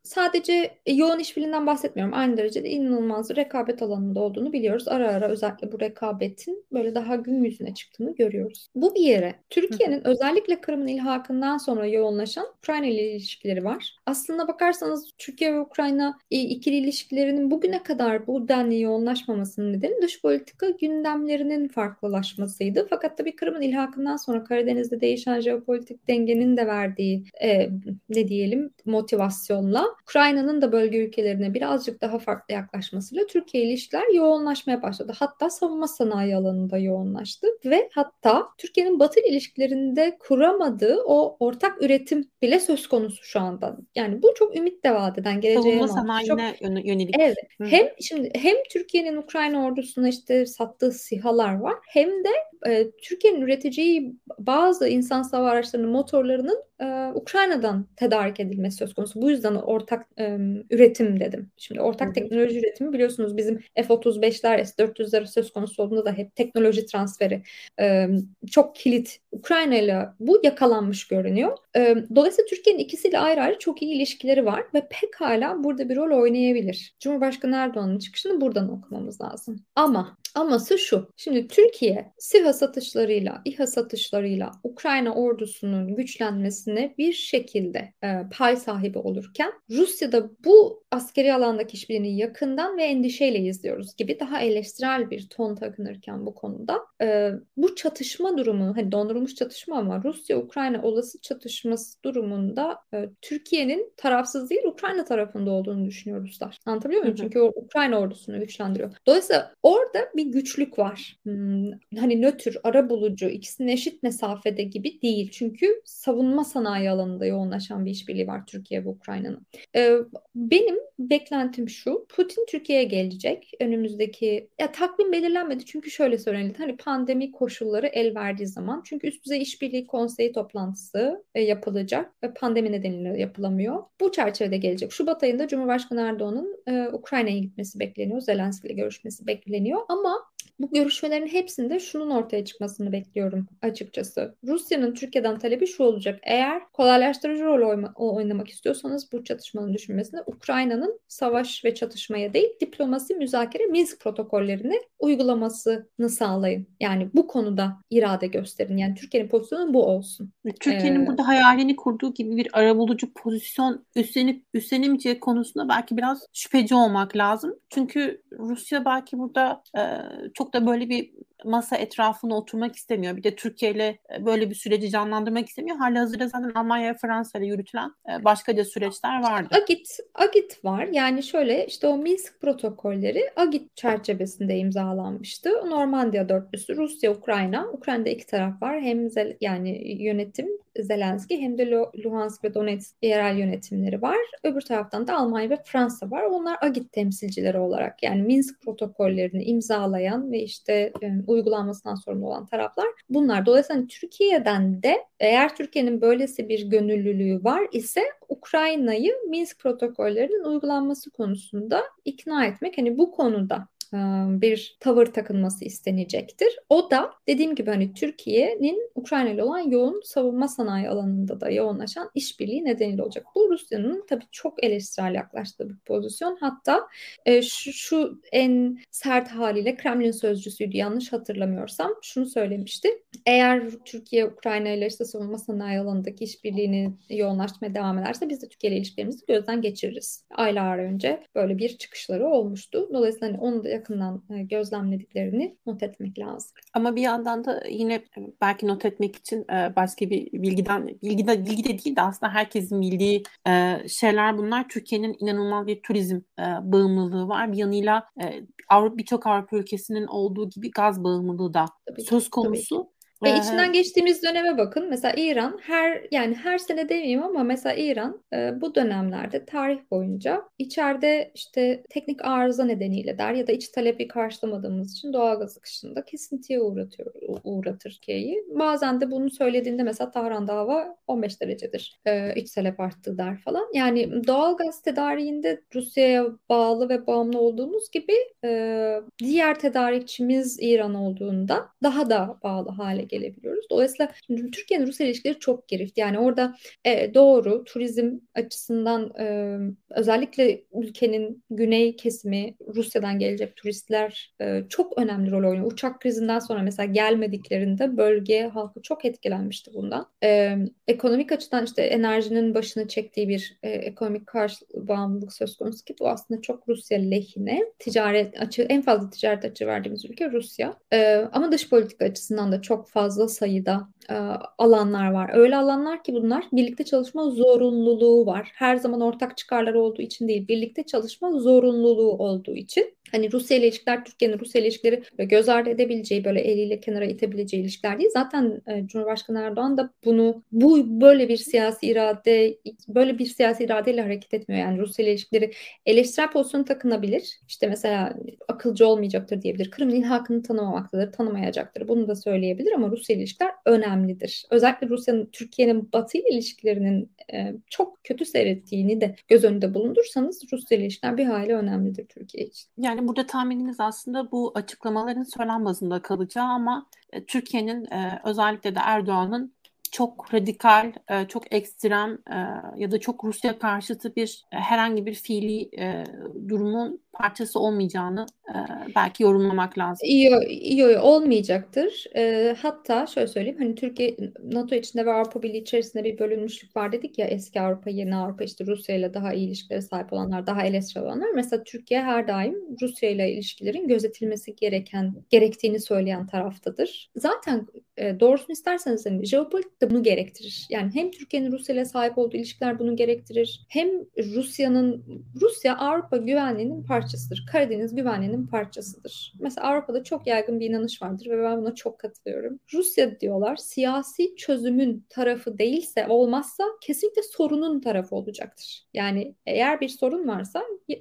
sadece yoğun işbirliğinden bahsetmiyorum. Aynı derecede inanılmaz rekabet alanında olduğunu biliyoruz. Ara ara özellikle bu rekabetin böyle daha gün yüzüne çıktığını görüyoruz. Bu bir yere Hı hı. Türkiye'nin özellikle Kırım'ın ilhakından sonra yoğunlaşan Ukrayna ile ilişkileri var. Aslına bakarsanız Türkiye ve Ukrayna e, ikili ilişkilerinin bugüne kadar bu denli yoğunlaşmamasının nedeni dış politika gündemlerinin farklılaşmasıydı. Fakat tabii Kırım'ın ilhakından sonra Karadeniz'de değişen jeopolitik dengenin de verdiği e, ne diyelim motivasyonla Ukrayna'nın da bölge ülkelerine birazcık daha farklı yaklaşmasıyla Türkiye ilişkiler yoğunlaşmaya başladı. Hatta savunma sanayi alanında yoğunlaştı ve hatta Türkiye'nin Batı ilişkilerinde kuramadığı o ortak üretim bile söz konusu şu anda. Yani bu çok ümit de vaat eden, geleceğe Savunma mahsus. Çok sanayine yöne- yönelik. evet. Hı Hem hı. şimdi hem Türkiye'nin Ukrayna ordusuna işte sattığı SİHA'lar var. Hem de e, Türkiye'nin üreteceği bazı insan hava araçlarının motorlarının e, Ukrayna'dan tedarik edilmesi söz konusu. Bu yüzden ortak e, üretim dedim. Şimdi Hı ortak hı. teknoloji üretimi biliyorsunuz bizim F otuz beşler, S dört yüzler söz konusu olduğunda da hep teknoloji transferi e, çok kilit. Ukrayna ile bu yakalanmış görünüyor. E, dolayısıyla Türkiye'nin ikisiyle ayrı ayrı çok iyi ilişkileri var ve pekala burada bir rol oynayabilir. Cumhurbaşkanı Erdoğan'ın çıkışını buradan okumamız lazım. Ama aması şu. Şimdi Türkiye SİHA satışlarıyla, İHA satışlarıyla Ukrayna ordusunun güçlenmesine bir şekilde e, pay sahibi olurken Rusya'da bu askeri alandaki işbirliğini yakından ve endişeyle izliyoruz gibi daha eleştirel bir ton takınırken bu konuda e, bu çatışma durumu, hani dondurulmuş çatışma ama Rusya-Ukrayna olası çatışması durumunda e, Türkiye'nin tarafsız değil Ukrayna tarafında olduğunu düşünüyor Ruslar. Anlatabiliyor Hı muyum? hı. Çünkü o Ukrayna ordusunu güçlendiriyor. Dolayısıyla orada bir güçlük var. Hmm, hani nötr, arabulucu, ikisinin eşit mesafede gibi değil. Çünkü savunma sanayi alanında yoğunlaşan bir işbirliği var Türkiye ve Ukrayna'nın. Ee, benim beklentim şu. Putin Türkiye'ye gelecek. Önümüzdeki ya takvim belirlenmedi çünkü şöyle söylenildi. Hani pandemi koşulları el verdiği zaman. Çünkü üst düzey işbirliği konseyi toplantısı e, yapılacak ve pandemi nedeniyle yapılamıyor. Bu çerçevede gelecek. Şubat ayında Cumhurbaşkanı Erdoğan'ın e, Ukrayna'ya gitmesi bekleniyor. Zelenski ile görüşmesi bekleniyor. Ama bu görüşmelerin hepsinde şunun ortaya çıkmasını bekliyorum açıkçası. Rusya'nın Türkiye'den talebi şu olacak. Eğer kolaylaştırıcı rol oyma- oynamak istiyorsanız bu çatışmanın düşürmesine Ukrayna'nın savaş ve çatışmaya değil diplomasi, müzakere, Minsk protokollerini uygulamasını sağlayın. Yani bu konuda irade gösterin. Yani Türkiye'nin pozisyonu bu olsun. Türkiye'nin Ee, burada hayalini kurduğu gibi bir arabulucu pozisyon üstlenip üstlenemeyeceği konusunda belki biraz şüpheci olmak lazım. Çünkü Rusya belki burada e, çok da böyle bir masa etrafına oturmak istemiyor. Bir de Türkiye ile e, böyle bir süreci canlandırmak istemiyor. Halihazırda zaten Almanya ve Fransa ile yürütülen e, başkaca süreçler vardı. Agit, Agit var. Yani şöyle işte o Minsk protokolleri Agit çerçevesinde imzalanmıştı. Normandiya dörtlüsü Rusya, Ukrayna. Ukrayna'da iki taraf var. Hem Zel- yani yönetim Zelenski hem de Lo- Luhansk ve Donetsk yerel yönetimleri var. Öbür taraftan da Almanya ve Fransa var. Onlar Agit temsilcileri olarak yani Minsk protokollerini imzalayan ve işte e, uygulanmasından sorumlu olan taraflar bunlar. Dolayısıyla hani Türkiye'den de eğer Türkiye'nin böylesi bir gönüllülüğü var ise Ukrayna'yı Minsk protokollerinin uygulanması konusunda ikna etmek hani bu konuda e, bir tavır takınması istenecektir. O da dediğim gibi hani Türkiye'nin Ukrayna ile olan yoğun savunma sanayi alanında da yoğunlaşan işbirliği nedeniyle olacak. Bu Rusya'nın tabii çok eleştirel yaklaştığı bir pozisyon. Hatta e, şu, şu en sert haliyle Kremlin sözcüsüydü yanlış hatırlamıyorsam şunu söylemişti. Eğer Türkiye Ukrayna ile işte savunma sanayi alanındaki işbirliğini yoğunlaşmaya devam ederse biz de Türkiye ile ilişkilerimizi gözden geçiririz. Aylar önce böyle bir çıkışları olmuştu. Dolayısıyla hani onu da yakından e, gözlemlediklerini not etmek lazım. Ama bir yandan da yine belki not etmek için e, başka bir bilgiden, bilgi de, bilgi de değil de aslında herkesin bildiği e, şeyler bunlar. Türkiye'nin inanılmaz bir turizm e, bağımlılığı var. Bir yanıyla e, Avrupa birçok Avrupa ülkesinin olduğu gibi gaz bağımlılığı da Tabii ki, söz tabii ki. konusu. E, E içinden geçtiğimiz döneme bakın. Mesela İran her yani her sene demeyeyim ama mesela İran e, bu dönemlerde tarih boyunca içeride işte teknik arıza nedeniyle der ya da iç talebi karşılamadığımız için doğalgaz akışında kesintiye uğratıyor uğratır Türkiye'yi. Bazen de bunu söylediğinde mesela Tahran'da hava on beş derecedir. E, iç talep arttı der falan. Yani doğalgaz tedariğinde Rusya'ya bağlı ve bağımlı olduğumuz gibi e, diğer tedarikçimiz İran olduğunda daha da bağlı hale hale gelebiliyoruz. Dolayısıyla şimdi Türkiye'nin Rusya ilişkileri çok girift. Yani orada e, doğru turizm açısından e, özellikle ülkenin güney kesimi Rusya'dan gelecek turistler e, çok önemli rol oynuyor. Uçak krizinden sonra mesela gelmediklerinde bölge halkı çok etkilenmişti bundan. E, ekonomik açıdan işte enerjinin başını çektiği bir e, ekonomik karşı bağımlılık söz konusu ki bu aslında çok Rusya lehine. Ticaret açı, en fazla ticaret açığı verdiğimiz ülke Rusya. E, ama dış politika açısından da çok fazla sayıda e, alanlar var. Öyle alanlar ki bunlar birlikte çalışma zorunluluğu var. Her zaman ortak çıkarlar olduğu için değil, birlikte çalışma zorunluluğu olduğu için. Hani Rusya ile ilişkiler, Türkiye'nin Rusya ile ilişkileri göz ardı edebileceği, böyle eliyle kenara itebileceği ilişkiler değil. Zaten e, Cumhurbaşkanı Erdoğan da bunu bu böyle bir siyasi irade, böyle bir siyasi iradeyle hareket etmiyor. Yani Rusya ile ilişkileri eleştirel pozisyonu takınabilir. İşte mesela akılcı olmayacaktır diyebilir. Kırım'ın ilhakını tanımamaktadır, tanımayacaktır. Bunu da söyleyebilir ama Rusya ile ilişkiler önemlidir. Özellikle Rusya'nın Türkiye'nin Batı ile ilişkilerinin e, çok kötü seyrettiğini de göz önünde bulundursanız Rusya ile ilişkiler bir hayli önemlidir Türkiye için. Yani burada tahminimiz aslında bu açıklamaların söylem bazında kalacağı ama e, Türkiye'nin e, özellikle de Erdoğan'ın çok radikal, e, çok ekstrem e, ya da çok Rusya karşıtı bir e, herhangi bir fiili e, durumun parçası olmayacağını e, belki yorumlamak lazım. İyi, iyi olmayacaktır. Ee, hatta şöyle söyleyeyim, hani Türkiye NATO içinde ve Avrupa Birliği içerisinde bir bölünmüşlük var dedik ya, eski Avrupa, yeni Avrupa, işte Rusya ile daha iyi ilişkilere sahip olanlar, daha eleştirel olanlar. Mesela Türkiye her daim Rusya ile ilişkilerin gözetilmesi gereken, gerektiğini söyleyen taraftadır. Zaten e, doğrusunu isterseniz hani jeopolitik de bunu gerektirir. Yani hem Türkiye'nin Rusya ile sahip olduğu ilişkiler bunu gerektirir. Hem Rusya'nın Rusya Avrupa güvenliğinin parçasıdır. Karadeniz güvenliğinin parçasıdır. Mesela Avrupa'da çok yaygın bir inanış vardır ve ben buna çok katılıyorum. Rusya diyorlar siyasi çözümün tarafı değilse, olmazsa kesinlikle sorunun tarafı olacaktır. Yani eğer bir sorun varsa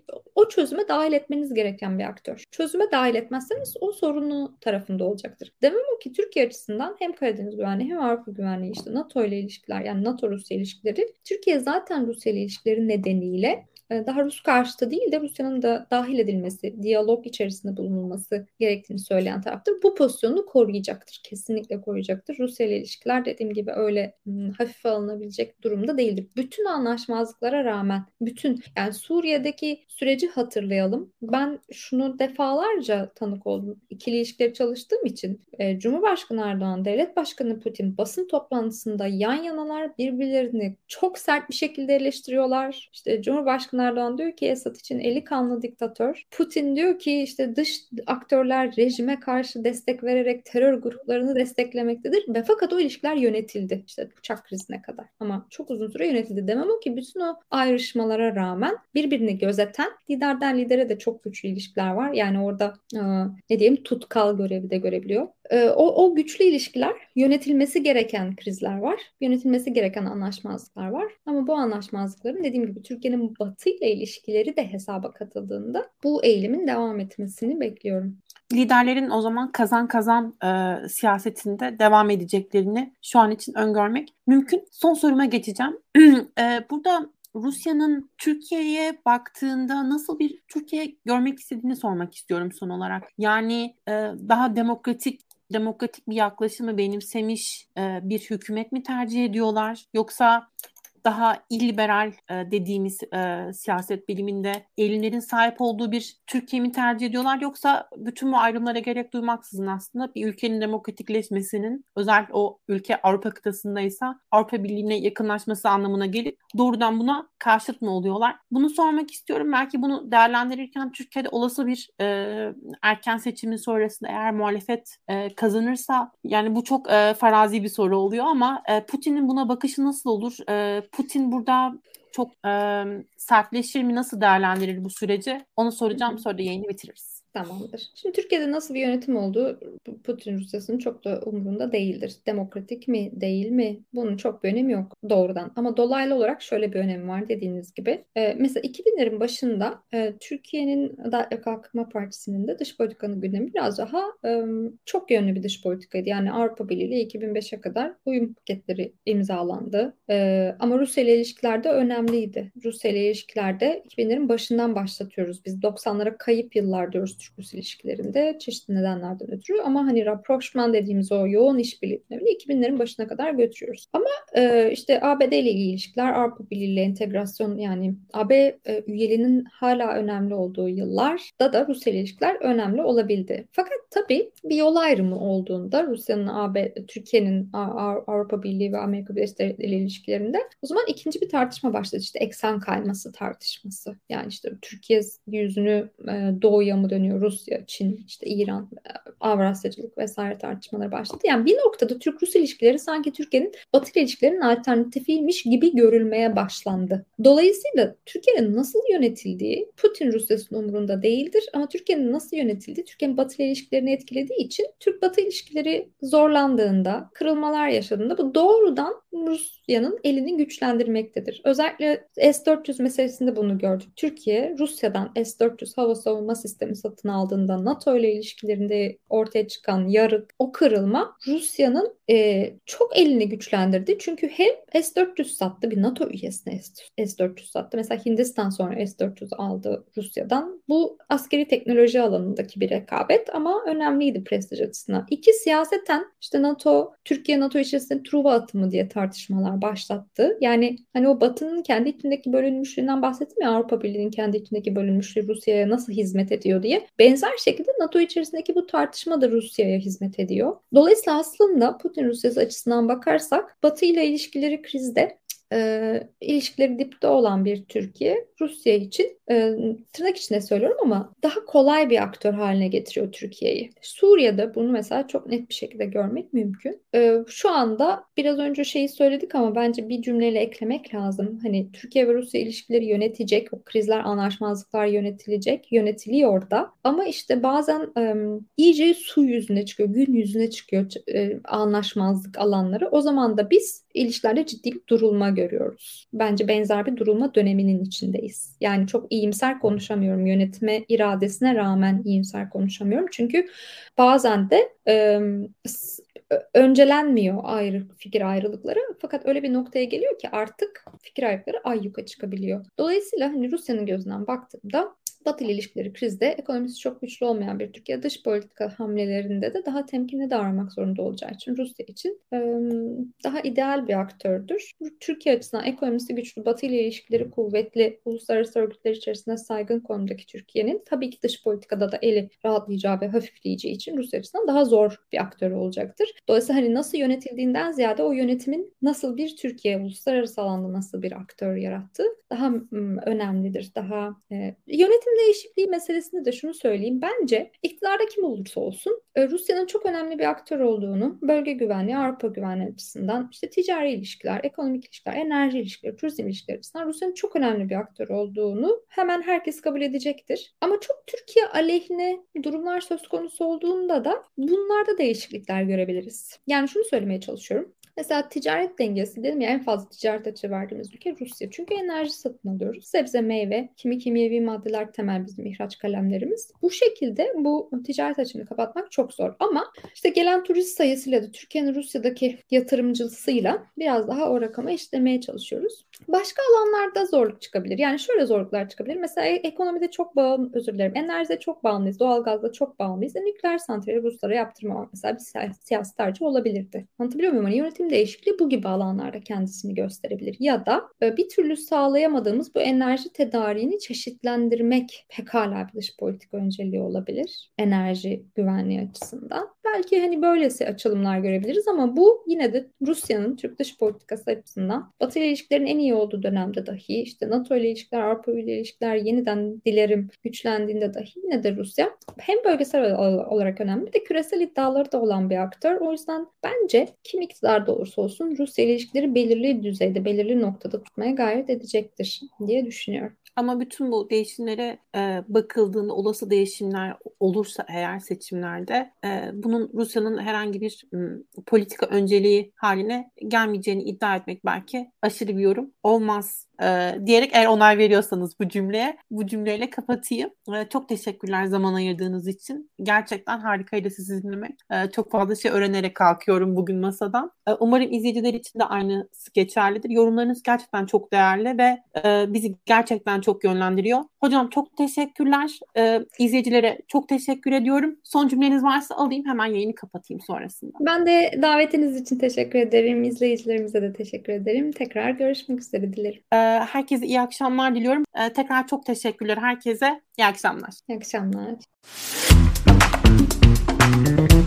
o çözüme dahil etmeniz gereken bir aktör. Çözüme dahil etmezseniz o sorunun tarafında olacaktır. Demem o ki Türkiye açısından hem Karadeniz güvenliği hem Avrupa güvenliği, işte NATO ile ilişkiler, yani NATO-Rusya ilişkileri, Türkiye zaten Rusya ile ilişkileri nedeniyle daha Rus karşıtı değil de Rusya'nın da dahil edilmesi, diyalog içerisinde bulunulması gerektiğini söyleyen taraftır. Bu pozisyonunu koruyacaktır. Kesinlikle koruyacaktır. Rusya ile ilişkiler dediğim gibi öyle hmm, hafife alınabilecek durumda değildir. Bütün anlaşmazlıklara rağmen, bütün yani Suriye'deki süreci hatırlayalım. Ben şunu defalarca tanık oldum. İkili ilişkileri çalıştığım için e, Cumhurbaşkanı Erdoğan, Devlet Başkanı Putin basın toplantısında yan yanalar, birbirlerini çok sert bir şekilde eleştiriyorlar. İşte Cumhurbaşkanı Erdoğan diyor ki Esad için eli kanlı diktatör. Putin diyor ki işte dış aktörler rejime karşı destek vererek terör gruplarını desteklemektedir. Ve fakat o ilişkiler yönetildi. İşte uçak krizine kadar. Ama çok uzun süre yönetildi. Demem o ki bütün o ayrışmalara rağmen birbirini gözeten, liderden lidere de çok güçlü ilişkiler var. Yani orada e, ne diyeyim, tutkal görevi de görebiliyor. E, o, o güçlü ilişkiler, yönetilmesi gereken krizler var. Yönetilmesi gereken anlaşmazlıklar var. Ama bu anlaşmazlıkların dediğim gibi Türkiye'nin Batı ile ilişkileri de hesaba katıldığında bu eğilimin devam etmesini bekliyorum. Liderlerin o zaman kazan kazan e, siyasetinde devam edeceklerini şu an için öngörmek mümkün. Son soruma geçeceğim. e, burada Rusya'nın Türkiye'ye baktığında nasıl bir Türkiye görmek istediğini sormak istiyorum son olarak. Yani e, daha demokratik demokratik bir yaklaşımı benimsemiş e, bir hükümet mi tercih ediyorlar? Yoksa daha illiberal e, dediğimiz e, siyaset biliminde elinlerin sahip olduğu bir Türkiye mi tercih ediyorlar, yoksa bütün bu ayrımlara gerek duymaksızın aslında bir ülkenin demokratikleşmesinin, özellikle o ülke Avrupa kıtasındaysa Avrupa Birliği'ne yakınlaşması anlamına gelip doğrudan buna karşıt mı oluyorlar? Bunu sormak istiyorum. Belki bunu değerlendirirken Türkiye'de olası bir e, erken seçimin sonrasında eğer muhalefet e, kazanırsa, yani bu çok e, farazi bir soru oluyor ama e, Putin'in buna bakışı nasıl olur? E, Putin burada çok e, sertleşir mi? Nasıl değerlendirir bu süreci? Onu soracağım. Sonra da yayını bitiririz. Tamamdır. Şimdi Türkiye'de nasıl bir yönetim olduğu Putin Rusyası'nın çok da umurunda değildir. Demokratik mi, değil mi? Bunun çok bir önemi yok doğrudan. Ama dolaylı olarak şöyle bir önemi var dediğiniz gibi. Ee, mesela iki binlerin başında e, Türkiye'nin Adalet ve Kalkınma Partisi'nin de dış politikanın gündemi biraz daha e, çok yönlü bir dış politikaydı. Yani Avrupa Birliği ile iki bin beşe kadar uyum paketleri imzalandı. E, ama Rusya ile ilişkiler de önemliydi. Rusya ile ilişkilerde iki binlerin başından başlatıyoruz. Biz doksanlara kayıp yıllar diyoruz Türk-Rus ilişkilerinde çeşitli nedenlerden ötürü. Ama hani rapprochement dediğimiz o yoğun işbirliğini bile iki binlerin başına kadar götürüyoruz. Ama e, işte A B D ile ilgili ilişkiler, Avrupa Birliği ile entegrasyon, yani A B e, üyeliğinin hala önemli olduğu yıllarda da Rusya ile ilişkiler önemli olabildi. Fakat tabii bir yol ayrımı olduğunda Rusya'nın A B, Türkiye'nin Avrupa Birliği ve Amerika Birleşik Devletleri ile ilişkilerinde o zaman ikinci bir tartışma başladı. İşte eksen kayması tartışması. Yani işte Türkiye yüzünü e, doğuya mı dönüyor, Rusya, Çin, işte İran, e, Avrasyacılık vesaire tartışmaları başladı. Yani bir noktada Türk-Rus ilişkileri sanki Türkiye'nin Batı ilişkilerinin alternatifiymiş gibi görülmeye başlandı. Dolayısıyla Türkiye'nin nasıl yönetildiği Putin Rusya'sının umurunda değildir ama Türkiye'nin nasıl yönetildiği Türkiye'nin Batı ilişkilerini etkilediği için Türk-Batı ilişkileri zorlandığında, kırılmalar yaşadığında bu doğrudan Rusya'nın elini güçlendirmektedir. Özellikle S dört yüz meselesinde bunu gördük. Türkiye Rusya'dan S dört yüz hava savunma sistemi satın aldığında NATO ile ilişkilerinde ortaya çıkan yarık, o kırılma Rusya'nın e, çok elini güçlendirdi. Çünkü hem S dört yüz sattı, bir NATO üyesine S dört yüz sattı. Mesela Hindistan sonra S dört yüz aldı Rusya'dan. Bu askeri teknoloji alanındaki bir rekabet ama önemliydi prestij açısından. İki, siyaseten işte NATO, Türkiye NATO içerisinde Truva atımı diye tartışmalar başlattı. Yani hani o Batı'nın kendi içindeki bölünmüşlüğünden bahsettim ya, Avrupa Birliği'nin kendi içindeki bölünmüşlüğü Rusya'ya nasıl hizmet ediyor diye. Benzer şekilde NATO içerisindeki bu tartışma da Rusya'ya hizmet ediyor. Dolayısıyla aslında Putin Rusya'sı açısından bakarsak Batı ile ilişkileri krizde, e, ilişkileri dipte olan bir Türkiye Rusya için e, tırnak içinde söylüyorum ama daha kolay bir aktör haline getiriyor Türkiye'yi. Suriye'de bunu mesela çok net bir şekilde görmek mümkün. E, şu anda biraz önce şeyi söyledik ama bence bir cümleyle eklemek lazım. Hani Türkiye ve Rusya ilişkileri yönetecek, o krizler, anlaşmazlıklar yönetilecek, yönetiliyor da. Ama işte bazen e, iyice su yüzüne çıkıyor, gün yüzüne çıkıyor e, anlaşmazlık alanları. O zaman da biz ilişkilerde ciddi bir durulma görüyoruz. Bence benzer bir durulma döneminin içindeyiz. Yani çok iyimser konuşamıyorum. Yönetme iradesine rağmen iyimser konuşamıyorum. Çünkü bazen de e, öncelenmiyor ayrı fikir ayrılıkları. Fakat öyle bir noktaya geliyor ki artık fikir ayrılıkları ayyuka çıkabiliyor. Dolayısıyla hani Rusya'nın gözünden baktığımda Batı ile ilişkileri krizde, ekonomisi çok güçlü olmayan bir Türkiye dış politika hamlelerinde de daha temkinli davranmak zorunda olacağı için Rusya için e, daha ideal bir aktördür. Türkiye açısından ekonomisi güçlü, Batı ile ilişkileri kuvvetli, uluslararası örgütler içerisinde saygın konumdaki Türkiye'nin tabii ki dış politikada da eli rahatlayacağı ve hafifleyeceği için Rusya açısından daha zor bir aktör olacaktır. Dolayısıyla hani nasıl yönetildiğinden ziyade o yönetimin nasıl bir Türkiye, uluslararası alanda nasıl bir aktör yarattığı daha m, önemlidir. Daha e, yönetim değişikliği meselesinde de şunu söyleyeyim. Bence iktidarda kim olursa olsun e, Rusya'nın çok önemli bir aktör olduğunu, bölge güvenliği, Avrupa güvenliği açısından, işte ticari ilişkiler, ekonomik ilişkiler, enerji ilişkileri, turizm ilişkileri açısından Rusya'nın çok önemli bir aktör olduğunu hemen herkes kabul edecektir. Ama çok Türkiye aleyhine durumlar söz konusu olduğunda da bunlarda değişiklikler görebiliriz. Yani şunu söylemeye çalışıyorum. Mesela ticaret dengesi dedim ya, en fazla ticaret açığı verdiğimiz ülke Rusya. Çünkü enerji satın alıyoruz. Sebze, meyve, kimi kimyevi maddeler temel bizim ihraç kalemlerimiz. Bu şekilde bu ticaret açığını kapatmak çok zor. Ama işte gelen turist sayısıyla da Türkiye'nin Rusya'daki yatırımcısıyla biraz daha o rakama eşitlemeye çalışıyoruz. Başka alanlarda zorluk çıkabilir. Yani şöyle zorluklar çıkabilir. Mesela ekonomide çok bağımlı, özür dilerim, enerjide çok bağımlıyız, doğalgazda çok bağımlıyız. E, nükleer santrali Ruslara yaptırmamak mesela bir siyasi tercih olabilirdi. Anlatabiliyor muyum? Hani yönetim değişikliği bu gibi alanlarda kendisini gösterebilir. Ya da e, bir türlü sağlayamadığımız bu enerji tedariğini çeşitlendirmek pekala bir dış politika önceliği olabilir. Enerji güvenliği açısından. Belki hani böylesi açılımlar görebiliriz ama bu yine de Rusya'nın Türk dış politikası açısından Batı ile ilişkilerin en iyi olduğu dönemde dahi, işte NATO ile ilişkiler, Avrupa ile ilişkiler yeniden dilerim güçlendiğinde dahi yine de Rusya hem bölgesel olarak önemli, bir de küresel iddiaları da olan bir aktör. O yüzden bence kim iktidarda olursa olsun Rusya ile ilişkileri belirli düzeyde, belirli noktada tutmaya gayret edecektir diye düşünüyorum. Ama bütün bu değişimlere e, bakıldığında, olası değişimler olursa eğer seçimlerde e, bunun Rusya'nın herhangi bir m, politika önceliği haline gelmeyeceğini iddia etmek belki aşırı bir yorum olmaz e, diyerek, eğer onay veriyorsanız bu cümleye, bu cümleyle kapatayım. E, çok teşekkürler zaman ayırdığınız için. Gerçekten harikaydı sizi dinlemek. E, çok fazla şey öğrenerek kalkıyorum bugün masadan. E, umarım izleyiciler için de aynısı geçerlidir. Yorumlarınız gerçekten çok değerli ve e, bizi gerçekten çok yönlendiriyor. Hocam çok teşekkürler. Ee, izleyicilere çok teşekkür ediyorum. Son cümleniz varsa alayım, hemen yayını kapatayım sonrasında. Ben de davetiniz için teşekkür ederim. İzleyicilerimize de teşekkür ederim. Tekrar görüşmek üzere dilerim. Ee, herkese iyi akşamlar diliyorum. Ee, tekrar çok teşekkürler herkese. İyi akşamlar. İyi akşamlar.